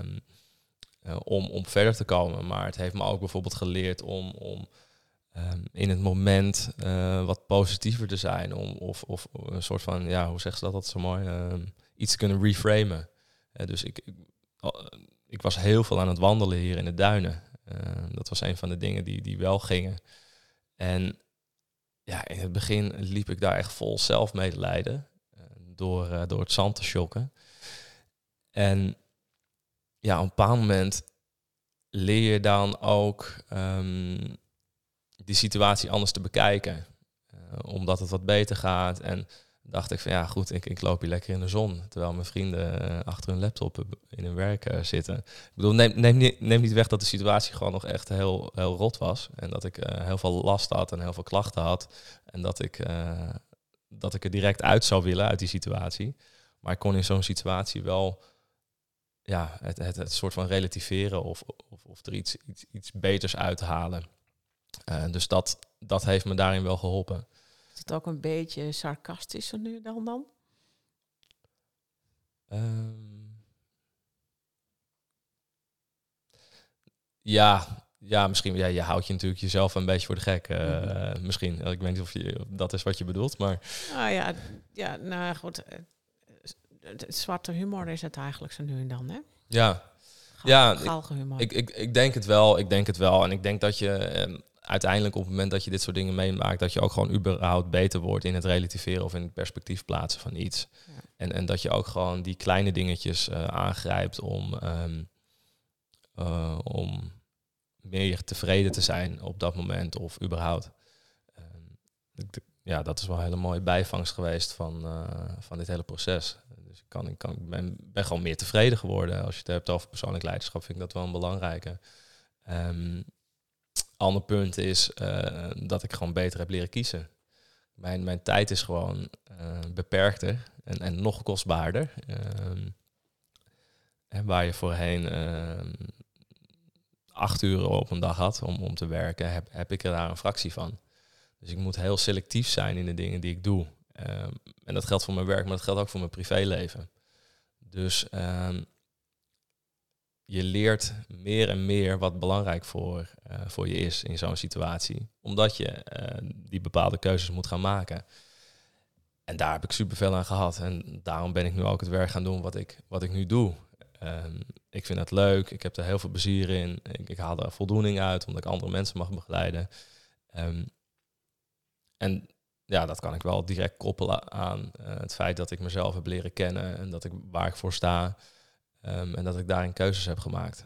[SPEAKER 3] om verder te komen. Maar het heeft me ook bijvoorbeeld geleerd om in het moment wat positiever te zijn. Of een soort van, hoe zeggen ze dat zo mooi? Iets te kunnen reframen. Dus ik was heel veel aan het wandelen hier in de duinen. Dat was een van de dingen die wel gingen. En in het begin liep ik daar echt vol zelfmedelijden door het zand te shocken. En op een bepaald moment leer je dan ook die situatie anders te bekijken. Omdat het wat beter gaat. En dacht ik van ik loop hier lekker in de zon. Terwijl mijn vrienden achter hun laptop in hun werk zitten. Ik bedoel, neem niet weg dat de situatie gewoon nog echt heel, heel rot was. En dat ik heel veel last had en heel veel klachten had. En dat ik er direct uit zou willen uit die situatie. Maar ik kon in zo'n situatie wel het soort van relativeren of er iets beters uithalen. Dus dat heeft me daarin wel geholpen.
[SPEAKER 1] Is het ook een beetje sarcastisch zo nu dan?
[SPEAKER 3] Misschien. Ja, je houdt je natuurlijk jezelf een beetje voor de gek. Misschien. Ik weet niet of dat is wat je bedoelt, maar...
[SPEAKER 1] Goed. Het zwarte humor is het eigenlijk zo nu en dan, hè?
[SPEAKER 3] Galgenhumor. Ik denk het wel. En ik denk dat je uiteindelijk op het moment dat je dit soort dingen meemaakt, dat je ook gewoon überhaupt beter wordt in het relativeren of in het perspectief plaatsen van iets. Ja. En dat je ook gewoon die kleine dingetjes aangrijpt om meer tevreden te zijn op dat moment of überhaupt. Dat is wel een hele mooie bijvangst geweest van dit hele proces. Dus ik ben gewoon meer tevreden geworden. Als je het hebt over persoonlijk leiderschap, vind ik dat wel een belangrijke. Ander punt is dat ik gewoon beter heb leren kiezen. Mijn tijd is gewoon beperkter en nog kostbaarder. waar je voorheen 8 uur op een dag had om te werken, heb ik er daar een fractie van. Dus ik moet heel selectief zijn in de dingen die ik doe. En dat geldt voor mijn werk, maar dat geldt ook voor mijn privéleven. Dus je leert meer en meer wat belangrijk voor je is in zo'n situatie. Omdat je die bepaalde keuzes moet gaan maken. En daar heb ik superveel aan gehad. En daarom ben ik nu ook het werk gaan doen wat ik nu doe. Ik vind het leuk. Ik heb er heel veel plezier in. Ik haal er voldoening uit, omdat ik andere mensen mag begeleiden. En ja, dat kan ik wel direct koppelen aan het feit dat ik mezelf heb leren kennen en dat waar ik voor sta. En dat ik daarin keuzes heb gemaakt.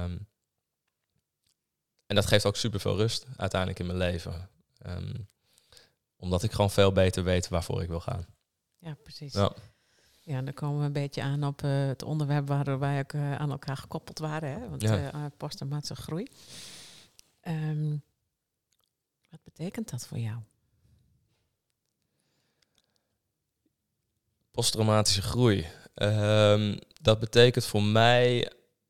[SPEAKER 3] En dat geeft ook superveel rust uiteindelijk in mijn leven. Omdat ik gewoon veel beter weet waarvoor ik wil gaan.
[SPEAKER 1] Ja, precies.
[SPEAKER 3] Ja.
[SPEAKER 1] Ja, dan komen we een beetje aan op het onderwerp waar wij ook aan elkaar gekoppeld waren. Hè? Want posttraumatische groei. Wat betekent dat voor jou?
[SPEAKER 3] Posttraumatische groei. Dat betekent voor mij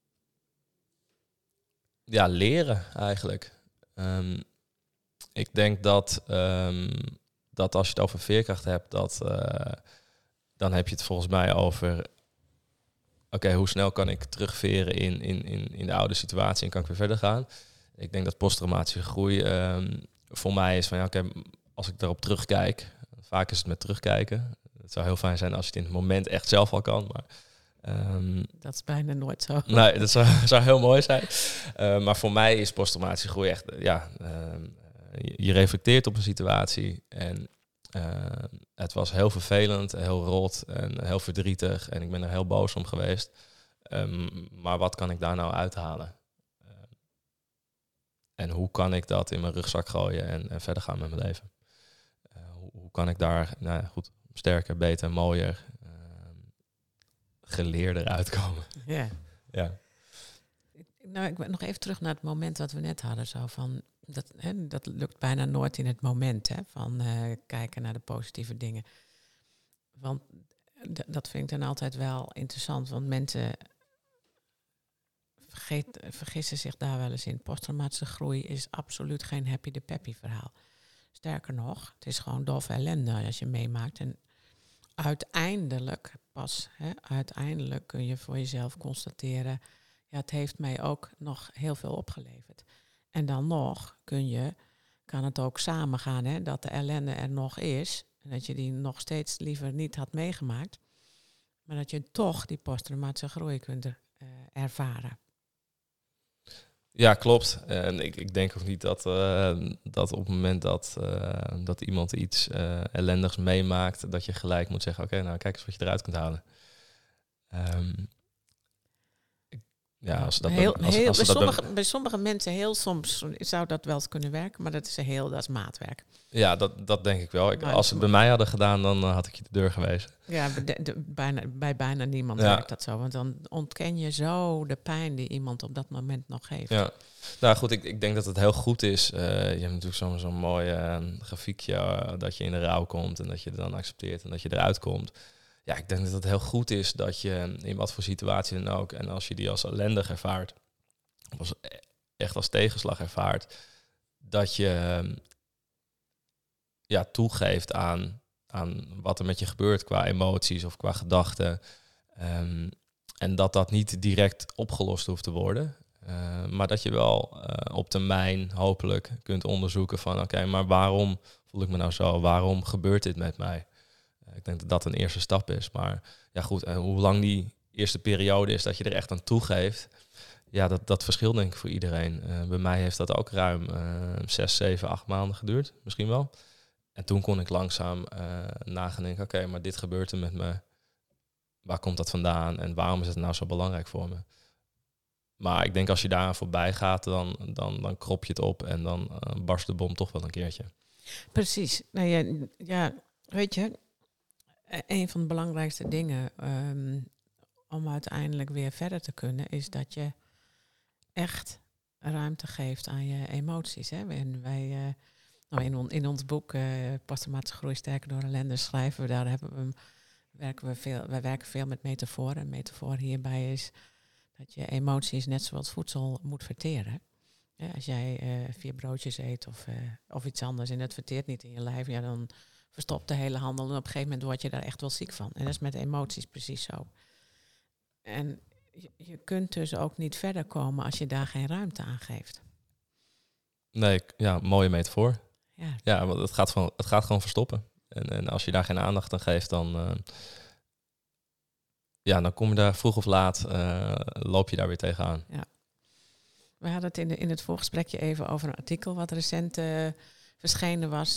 [SPEAKER 3] leren eigenlijk. Ik denk dat als je het over veerkracht hebt, dan heb je het volgens mij over hoe snel kan ik terugveren in de oude situatie en kan ik weer verder gaan. Ik denk dat posttraumatische groei voor mij is van als ik daarop terugkijk, vaak is het met terugkijken. Het zou heel fijn zijn als je het in het moment echt zelf al kan, maar
[SPEAKER 1] dat is bijna nooit zo.
[SPEAKER 3] Nee, dat zou heel mooi zijn. Maar voor mij is posttraumatische groei echt, je reflecteert op een situatie en het was heel vervelend, heel rot en heel verdrietig en ik ben er heel boos om geweest. Maar wat kan ik daar nou uithalen? En hoe kan ik dat in mijn rugzak gooien en verder gaan met mijn leven? Hoe kan ik daar sterker, beter, mooier, geleerder uitkomen?
[SPEAKER 1] Ja.
[SPEAKER 3] Ja.
[SPEAKER 1] Nou, ik ben nog even terug naar het moment wat we net hadden. Zo van, dat lukt bijna nooit in het moment, hè, van kijken naar de positieve dingen. Want dat vind ik dan altijd wel interessant, want mensen vergissen zich daar wel eens in. Posttraumatische groei is absoluut geen happy the peppy verhaal. Sterker nog, het is gewoon dof ellende als je meemaakt. En uiteindelijk kun je voor jezelf constateren, ja, het heeft mij ook nog heel veel opgeleverd. En dan nog kan het ook samengaan, hè, dat de ellende er nog is en dat je die nog steeds liever niet had meegemaakt, maar dat je toch die posttraumatische groei kunt ervaren.
[SPEAKER 3] Ja, klopt. En ik denk ook niet dat op het moment dat iemand iets ellendigs meemaakt, dat je gelijk moet zeggen, oké, kijk eens wat je eruit kunt halen.
[SPEAKER 1] Bij sommige mensen heel soms zou dat wel eens kunnen werken, maar dat is maatwerk.
[SPEAKER 3] Ja, dat denk ik wel. Als ze het bij mij hadden gedaan, dan had ik je de deur gewezen.
[SPEAKER 1] Ja, bij bijna niemand werkt dat zo. Want dan ontken je zo de pijn die iemand op dat moment nog heeft.
[SPEAKER 3] Ja, nou goed, ik denk dat het heel goed is. Je hebt natuurlijk zo'n mooi grafiekje dat je in de rouw komt en dat je het dan accepteert en dat je eruit komt. Ja, ik denk dat het heel goed is dat je in wat voor situatie dan ook, en als je die als ellendig ervaart, of echt als tegenslag ervaart, dat je toegeeft aan wat er met je gebeurt qua emoties of qua gedachten. En dat niet direct opgelost hoeft te worden. Maar dat je wel op termijn hopelijk kunt onderzoeken van maar waarom voel ik me nou zo? Waarom gebeurt dit met mij? Ik denk dat dat een eerste stap is. Maar ja goed, hoe lang die eerste periode is dat je er echt aan toegeeft, ja, dat verschilt denk ik voor iedereen. Bij mij heeft dat ook ruim 6, 7, 8 maanden geduurd, misschien wel. En toen kon ik langzaam nagaan denken, maar dit gebeurt er met me. Waar komt dat vandaan en waarom is het nou zo belangrijk voor me? Maar ik denk als je daaraan voorbij gaat, dan krop je het op en dan barst de bom toch wel een keertje.
[SPEAKER 1] Precies. Nou ja, weet je, een van de belangrijkste dingen om uiteindelijk weer verder te kunnen, is dat je echt ruimte geeft aan je emoties. Hè? En wij, in ons boek Posttraumatische groei sterker door ellende schrijven we, wij werken veel met metaforen. En metafoor hierbij is dat je emoties net zoals voedsel moet verteren. Ja, als jij 4 broodjes eet of iets anders en het verteert niet in je lijf, ja, dan verstopt de hele handel en op een gegeven moment word je daar echt wel ziek van. En dat is met emoties precies zo. En je kunt dus ook niet verder komen als je daar geen ruimte aan geeft.
[SPEAKER 3] Nee, ja, mooie metafoor.
[SPEAKER 1] Ja,
[SPEAKER 3] Ja, want het gaat gewoon verstoppen. En als je daar geen aandacht aan geeft, dan dan kom je daar vroeg of laat, loop je daar weer tegenaan.
[SPEAKER 1] ja. We hadden het in het voorgesprekje even over een artikel wat recent verschenen was.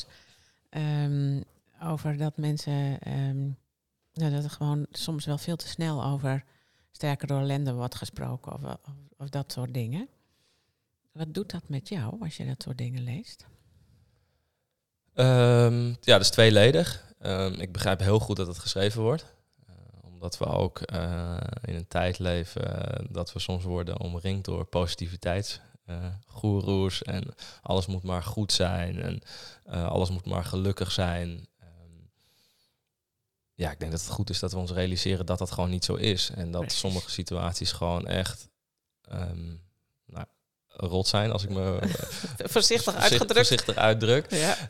[SPEAKER 1] Over dat mensen, dat er gewoon soms wel veel te snel over sterker door ellende wordt gesproken of dat soort dingen. Wat doet dat met jou als je dat soort dingen leest?
[SPEAKER 3] Dat is tweeledig. Ik begrijp heel goed dat het geschreven wordt. Omdat we ook in een tijd leven dat we soms worden omringd door positiviteitsgoeroes. En alles moet maar goed zijn en alles moet maar gelukkig zijn. Ik denk dat het goed is dat we ons realiseren dat dat gewoon niet zo is. En dat
[SPEAKER 1] Precies.
[SPEAKER 3] sommige situaties gewoon echt rot zijn, als ik me
[SPEAKER 1] Voorzichtig
[SPEAKER 3] uitdruk.
[SPEAKER 1] Ja.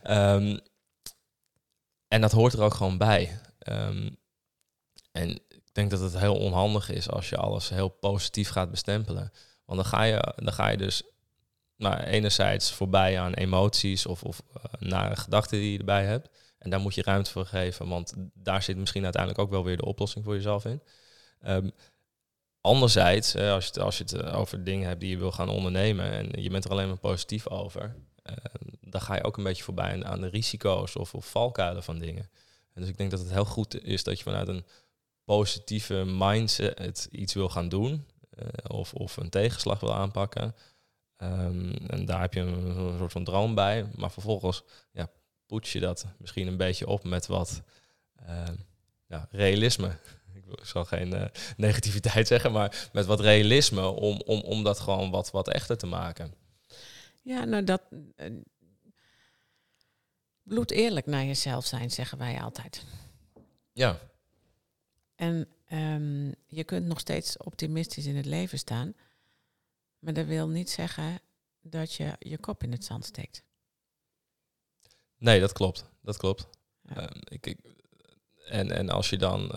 [SPEAKER 3] En dat hoort er ook gewoon bij. En ik denk dat het heel onhandig is als je alles heel positief gaat bestempelen. Want dan ga je dus enerzijds voorbij aan emoties of nare gedachten die je erbij hebt. En daar moet je ruimte voor geven, want daar zit misschien uiteindelijk ook wel weer de oplossing voor jezelf in. Anderzijds, als je het over dingen hebt die je wil gaan ondernemen en je bent er alleen maar positief over, dan ga je ook een beetje voorbij aan de risico's of valkuilen van dingen. En dus ik denk dat het heel goed is dat je vanuit een positieve mindset iets wil gaan doen of een tegenslag wil aanpakken. En daar heb je een soort van droom bij, maar vervolgens poets je dat misschien een beetje op met wat realisme. Ik zal geen negativiteit zeggen, maar met wat realisme om dat gewoon wat echter te maken.
[SPEAKER 1] Ja, nou dat bloedeerlijk naar jezelf zijn, zeggen wij altijd.
[SPEAKER 3] Ja.
[SPEAKER 1] En je kunt nog steeds optimistisch in het leven staan, maar dat wil niet zeggen dat je je kop in het zand steekt.
[SPEAKER 3] Nee, dat klopt.
[SPEAKER 1] Ja.
[SPEAKER 3] En als je dan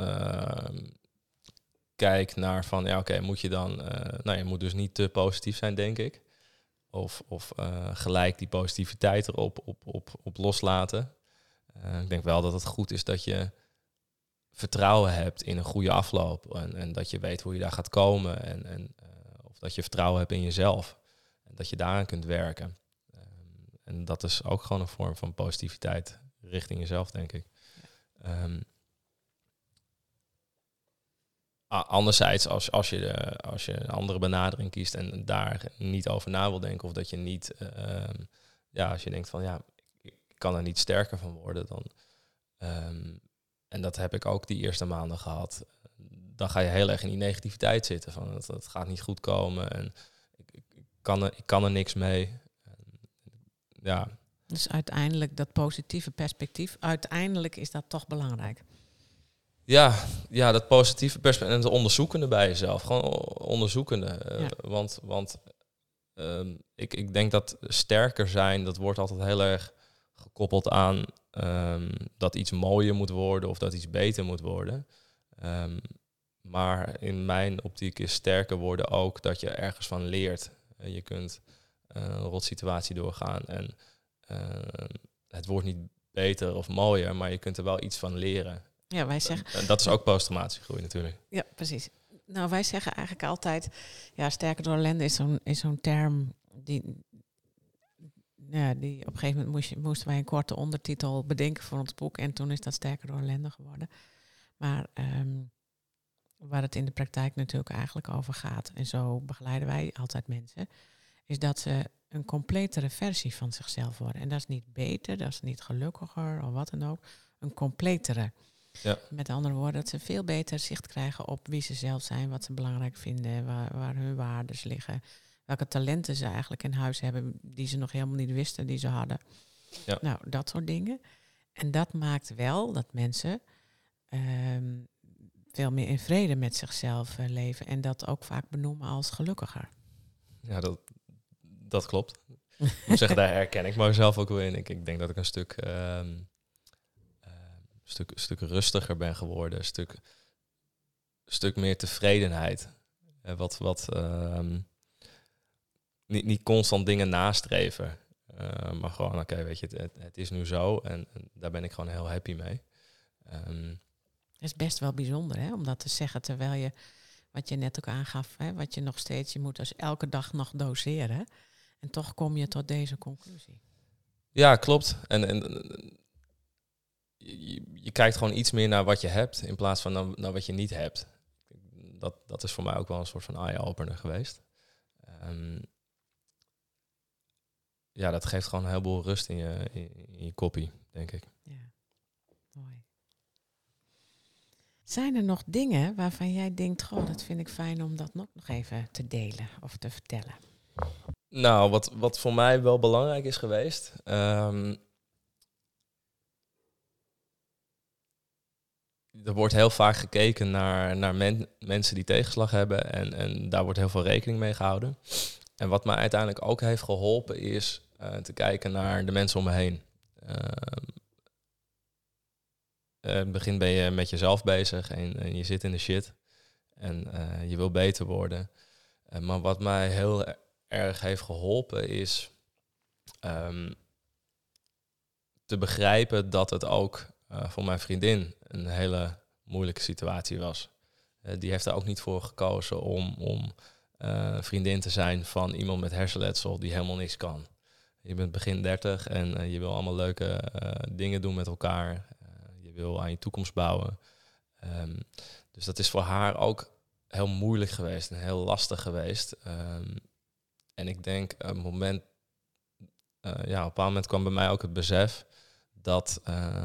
[SPEAKER 3] kijkt naar van, moet je dan... je moet dus niet te positief zijn, denk ik. Of gelijk die positiviteit erop op loslaten. Ik denk wel dat het goed is dat je vertrouwen hebt in een goede afloop. En dat je weet hoe je daar gaat komen. Of dat je vertrouwen hebt in jezelf. En dat je daaraan kunt werken. En dat is ook gewoon een vorm van positiviteit richting jezelf, denk ik. Anderzijds, als je een andere benadering kiest en daar niet over na wil denken, of dat je niet, als je denkt van ik kan er niet sterker van worden, dan, en dat heb ik ook die eerste maanden gehad, dan ga je heel erg in die negativiteit zitten, van het gaat niet goed komen en ik kan er niks mee. Ja.
[SPEAKER 1] Dus uiteindelijk dat positieve perspectief, uiteindelijk is dat toch belangrijk.
[SPEAKER 3] Ja, dat positieve perspectief en het onderzoekende bij jezelf. Gewoon onderzoekende. Want ik denk dat sterker zijn, dat wordt altijd heel erg gekoppeld aan dat iets mooier moet worden of dat iets beter moet worden. Maar in mijn optiek is sterker worden ook dat je ergens van leert. Je kunt een rotsituatie doorgaan en het wordt niet beter of mooier, maar je kunt er wel iets van leren.
[SPEAKER 1] Ja, wij zeggen...
[SPEAKER 3] En dat is ook posttraumatische groei natuurlijk.
[SPEAKER 1] Ja, precies. Nou, wij zeggen eigenlijk altijd, sterker door ellende is zo'n term die op een gegeven moment moesten wij een korte ondertitel bedenken voor ons boek en toen is dat sterker door ellende geworden. Maar waar het in de praktijk natuurlijk eigenlijk over gaat, en zo begeleiden wij altijd mensen, is dat ze een completere versie van zichzelf worden. En dat is niet beter, dat is niet gelukkiger of wat dan ook. Een completere.
[SPEAKER 3] Ja.
[SPEAKER 1] Met andere woorden, dat ze veel beter zicht krijgen op wie ze zelf zijn, wat ze belangrijk vinden, waar hun waarden liggen, welke talenten ze eigenlijk in huis hebben die ze nog helemaal niet wisten die ze hadden.
[SPEAKER 3] Ja.
[SPEAKER 1] Nou, dat soort dingen. En dat maakt wel dat mensen veel meer in vrede met zichzelf leven en dat ook vaak benoemen als gelukkiger.
[SPEAKER 3] Ja, dat klopt. Ik moet zeggen, daar herken ik mezelf ook wel in. Ik denk dat ik een stuk rustiger ben geworden. Een stuk meer tevredenheid. Niet constant dingen nastreven. Maar gewoon, oké, weet je, het is nu zo. En daar ben ik gewoon heel happy mee.
[SPEAKER 1] Het is best wel bijzonder, hè, om dat te zeggen, terwijl je, wat je net ook aangaf, hè, wat je nog steeds, je moet dus elke dag nog doseren. En toch kom je tot deze conclusie.
[SPEAKER 3] Ja, klopt. En je kijkt gewoon iets meer naar wat je hebt in plaats van naar wat je niet hebt. Dat is voor mij ook wel een soort van eye-opener geweest. Ja, dat geeft gewoon een heleboel rust in je koppie, denk ik.
[SPEAKER 1] Ja, mooi. Zijn er nog dingen waarvan jij denkt, goh, dat vind ik fijn om dat nog even te delen of te vertellen?
[SPEAKER 3] Nou, wat voor mij wel belangrijk is geweest. Er wordt heel vaak gekeken naar mensen die tegenslag hebben. En daar wordt heel veel rekening mee gehouden. En wat mij uiteindelijk ook heeft geholpen is te kijken naar de mensen om me heen. In het begin ben je met jezelf bezig en je zit in de shit. En je wil beter worden. Maar wat mij heel erg heeft geholpen is te begrijpen dat het ook voor mijn vriendin een hele moeilijke situatie was. Die heeft er ook niet voor gekozen om vriendin te zijn van iemand met hersenletsel die helemaal niks kan. Je bent begin 30 en je wil allemaal leuke dingen doen met elkaar. Je wil aan je toekomst bouwen. Dus dat is voor haar ook heel moeilijk geweest en heel lastig geweest. En ik denk op een bepaald moment kwam bij mij ook het besef dat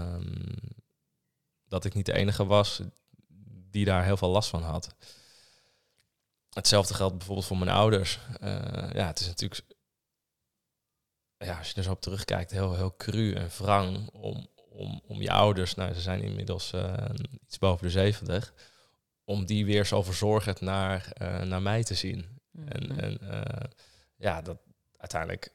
[SPEAKER 3] ik niet de enige was die daar heel veel last van had. Hetzelfde geldt bijvoorbeeld voor mijn ouders. Het is natuurlijk, als je er zo op terugkijkt, heel, heel cru en wrang om je ouders, nou, ze zijn inmiddels iets boven de 70, om die weer zo verzorgend naar mij te zien. Mm-hmm. Dat uiteindelijk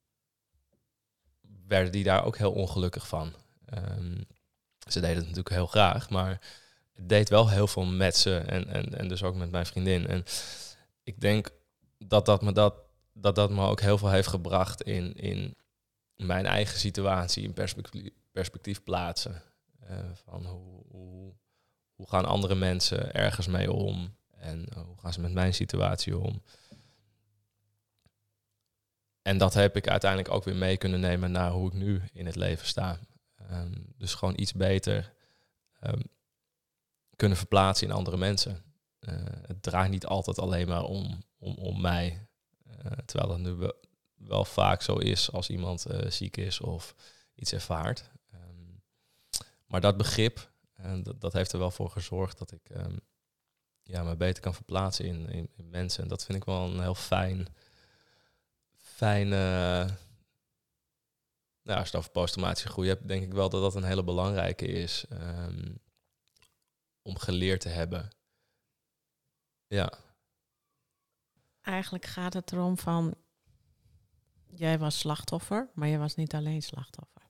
[SPEAKER 3] werden die daar ook heel ongelukkig van. Ze deden het natuurlijk heel graag, maar het deed wel heel veel met ze en dus ook met mijn vriendin. En ik denk dat me ook heel veel heeft gebracht in mijn eigen situatie in perspectief plaatsen. Van hoe gaan andere mensen ergens mee om en hoe gaan ze met mijn situatie om. En dat heb ik uiteindelijk ook weer mee kunnen nemen naar hoe ik nu in het leven sta. Dus gewoon iets beter kunnen verplaatsen in andere mensen. Het draait niet altijd alleen maar om mij. Terwijl dat nu wel vaak zo is als iemand ziek is of iets ervaart. Maar dat begrip, dat heeft er wel voor gezorgd dat ik me beter kan verplaatsen in mensen. En dat vind ik wel een heel fijn als je het over posttraumatische groei hebt, denk ik wel dat dat een hele belangrijke is om geleerd te hebben. Ja.
[SPEAKER 1] Eigenlijk gaat het erom van, jij was slachtoffer, maar je was niet alleen slachtoffer.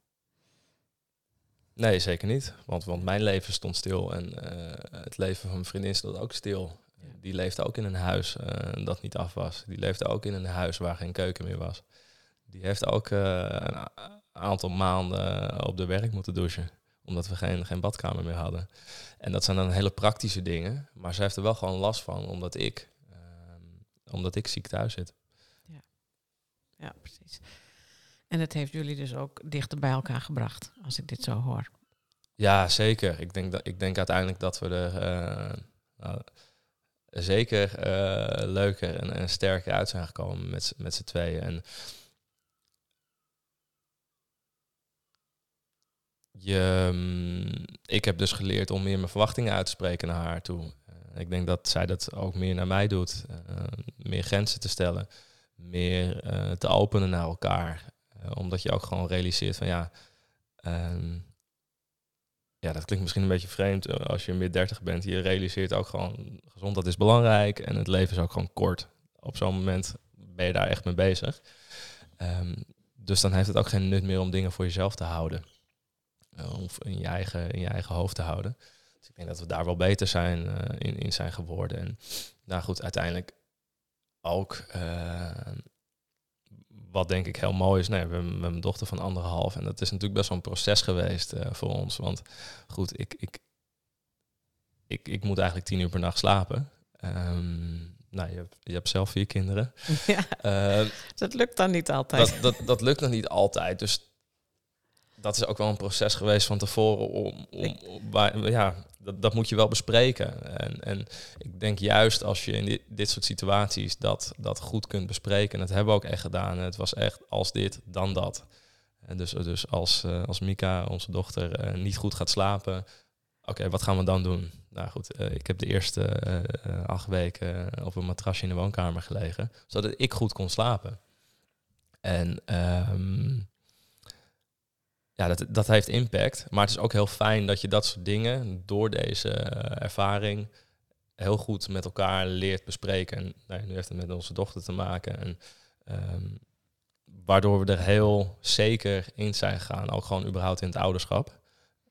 [SPEAKER 3] Nee, zeker niet. Want mijn leven stond stil en het leven van mijn vriendin stond ook stil. Ja. Die leefde ook in een huis dat niet af was. Die leefde ook in een huis waar geen keuken meer was. Die heeft ook een aantal maanden op de werk moeten douchen. Omdat we geen badkamer meer hadden. En dat zijn dan hele praktische dingen. Maar ze heeft er wel gewoon last van, omdat ik ziek thuis zit.
[SPEAKER 1] Ja, precies. En dat heeft jullie dus ook dichter bij elkaar gebracht, als ik dit zo hoor.
[SPEAKER 3] Ja, zeker. Ik denk uiteindelijk dat we er zeker leuker en sterker uit zijn gekomen met z'n tweeën. En ik heb dus geleerd om meer mijn verwachtingen uit te spreken naar haar toe. Ik denk dat zij dat ook meer naar mij doet. Meer grenzen te stellen. Meer te openen naar elkaar. Omdat je ook gewoon realiseert van ja, dat klinkt misschien een beetje vreemd als je mid-30 bent. Je realiseert ook gewoon, gezondheid is belangrijk en het leven is ook gewoon kort. Op zo'n moment ben je daar echt mee bezig. Dus dan heeft het ook geen nut meer om dingen voor jezelf te houden. Of in je eigen hoofd te houden. Dus ik denk dat we daar wel beter in zijn geworden. En nou goed, uiteindelijk ook... wat denk ik heel mooi is, we hebben mijn dochter van 1,5. En dat is natuurlijk best wel een proces geweest voor ons. Want goed, ik moet eigenlijk 10 uur per nacht slapen. Je hebt zelf 4 kinderen.
[SPEAKER 1] Ja, dat lukt dan niet altijd.
[SPEAKER 3] Dat lukt nog niet altijd. Dus dat is ook wel een proces geweest van tevoren. Dat moet je wel bespreken. En ik denk juist als je in dit soort situaties dat goed kunt bespreken. En dat hebben we ook echt gedaan. Het was echt als dit, dan dat. En dus als Mika, onze dochter, niet goed gaat slapen... Oké, wat gaan we dan doen? Nou goed, ik heb de eerste 8 weken op een matrasje in de woonkamer gelegen. Zodat ik goed kon slapen. En... dat heeft impact. Maar het is ook heel fijn dat je dat soort dingen door deze ervaring heel goed met elkaar leert bespreken. En nu heeft het met onze dochter te maken. En waardoor we er heel zeker in zijn gegaan. Ook gewoon überhaupt in het ouderschap.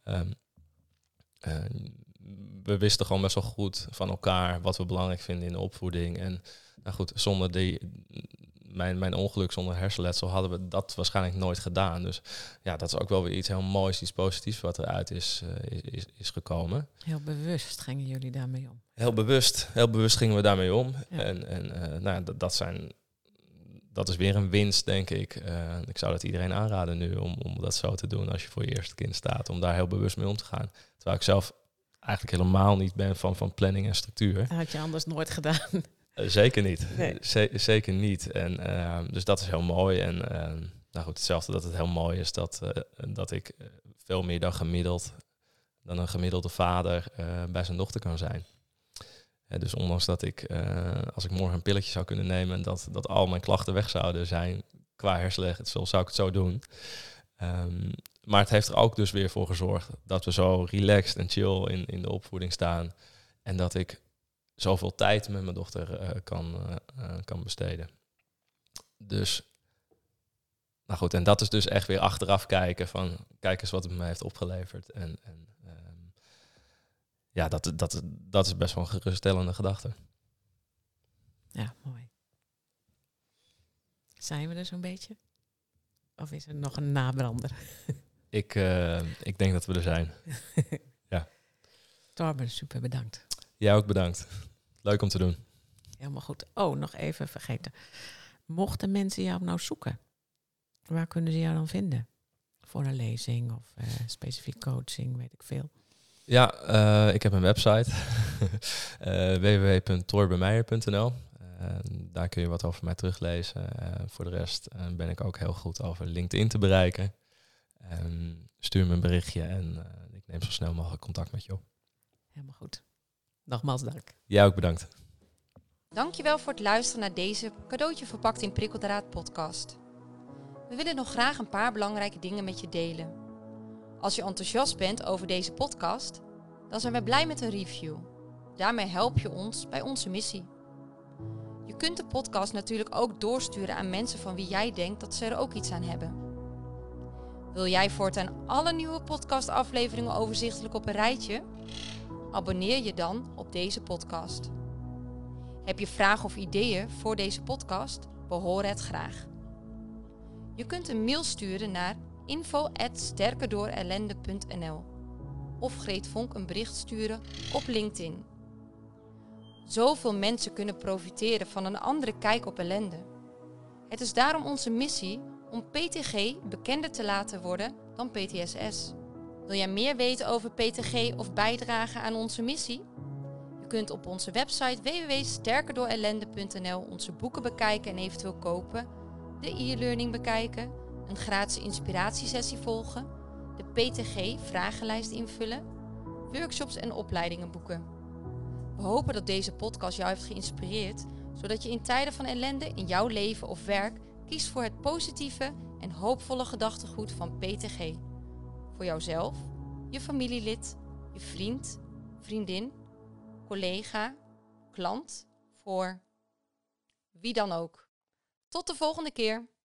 [SPEAKER 3] We wisten gewoon best wel goed van elkaar wat we belangrijk vinden in de opvoeding. En nou goed, zonder mijn ongeluk, zonder hersenletsel, hadden we dat waarschijnlijk nooit gedaan. Dus ja, dat is ook wel weer iets heel moois, iets positiefs wat eruit is gekomen.
[SPEAKER 1] Heel bewust gingen jullie daarmee om?
[SPEAKER 3] Heel bewust gingen we daarmee om. Ja. En dat is weer een winst, denk ik. Ik zou dat iedereen aanraden nu om dat zo te doen als je voor je eerste kind staat. Om daar heel bewust mee om te gaan. Terwijl ik zelf eigenlijk helemaal niet ben van planning en structuur.
[SPEAKER 1] Dat had je anders nooit gedaan.
[SPEAKER 3] Zeker niet.
[SPEAKER 1] Nee.
[SPEAKER 3] Zeker niet. En dus dat is heel mooi. En nou goed, hetzelfde dat het heel mooi is dat ik veel meer dan een gemiddelde vader bij zijn dochter kan zijn. Dus ondanks dat ik, als ik morgen een pilletje zou kunnen nemen, dat al mijn klachten weg zouden zijn qua hersenletsel, zou ik het zo doen. Maar het heeft er ook dus weer voor gezorgd dat we zo relaxed en chill in de opvoeding staan. En dat ik zoveel tijd met mijn dochter kan besteden. Dus, nou goed, en dat is dus echt weer achteraf kijken van, kijk eens wat het me heeft opgeleverd. Dat is best wel een geruststellende gedachte.
[SPEAKER 1] Ja, mooi. Zijn we er zo'n beetje? Of is er nog een nabrander?
[SPEAKER 3] Ik denk dat we er zijn. Ja.
[SPEAKER 1] Torben, super bedankt.
[SPEAKER 3] Jij ook bedankt. Leuk om te doen.
[SPEAKER 1] Helemaal goed. Oh, nog even vergeten. Mochten mensen jou nou zoeken, waar kunnen ze jou dan vinden? Voor een lezing of specifiek coaching, weet ik veel.
[SPEAKER 3] Ja, ik heb een website. www.torbenmeijer.nl. Daar kun je wat over mij teruglezen. Voor de rest ben ik ook heel goed over LinkedIn te bereiken. Stuur me een berichtje en ik neem zo snel mogelijk contact met je op.
[SPEAKER 1] Helemaal goed. Nogmaals dank.
[SPEAKER 3] Jij ook bedankt.
[SPEAKER 2] Dankjewel voor het luisteren naar deze Cadeautje verpakt in prikkeldraad podcast. We willen nog graag een paar belangrijke dingen met je delen. Als je enthousiast bent over deze podcast, dan zijn wij blij met een review. Daarmee help je ons bij onze missie. Je kunt de podcast natuurlijk ook doorsturen aan mensen van wie jij denkt dat ze er ook iets aan hebben. Wil jij voortaan alle nieuwe podcastafleveringen overzichtelijk op een rijtje? Abonneer je dan op deze podcast. Heb je vragen of ideeën voor deze podcast? We horen het graag. Je kunt een mail sturen naar info@sterkerdoorellende.nl of Greet Vonk een bericht sturen op LinkedIn. Zoveel mensen kunnen profiteren van een andere kijk op ellende. Het is daarom onze missie om PTG bekender te laten worden dan PTSS. Wil jij meer weten over PTG of bijdragen aan onze missie? Je kunt op onze website www.sterkerdoorellende.nl onze boeken bekijken en eventueel kopen, de e-learning bekijken, een gratis inspiratiesessie volgen, de PTG-vragenlijst invullen, workshops en opleidingen boeken. We hopen dat deze podcast jou heeft geïnspireerd, zodat je in tijden van ellende in jouw leven of werk kiest voor het positieve en hoopvolle gedachtegoed van PTG. Voor jouzelf, je familielid, je vriend, vriendin, collega, klant, voor wie dan ook. Tot de volgende keer.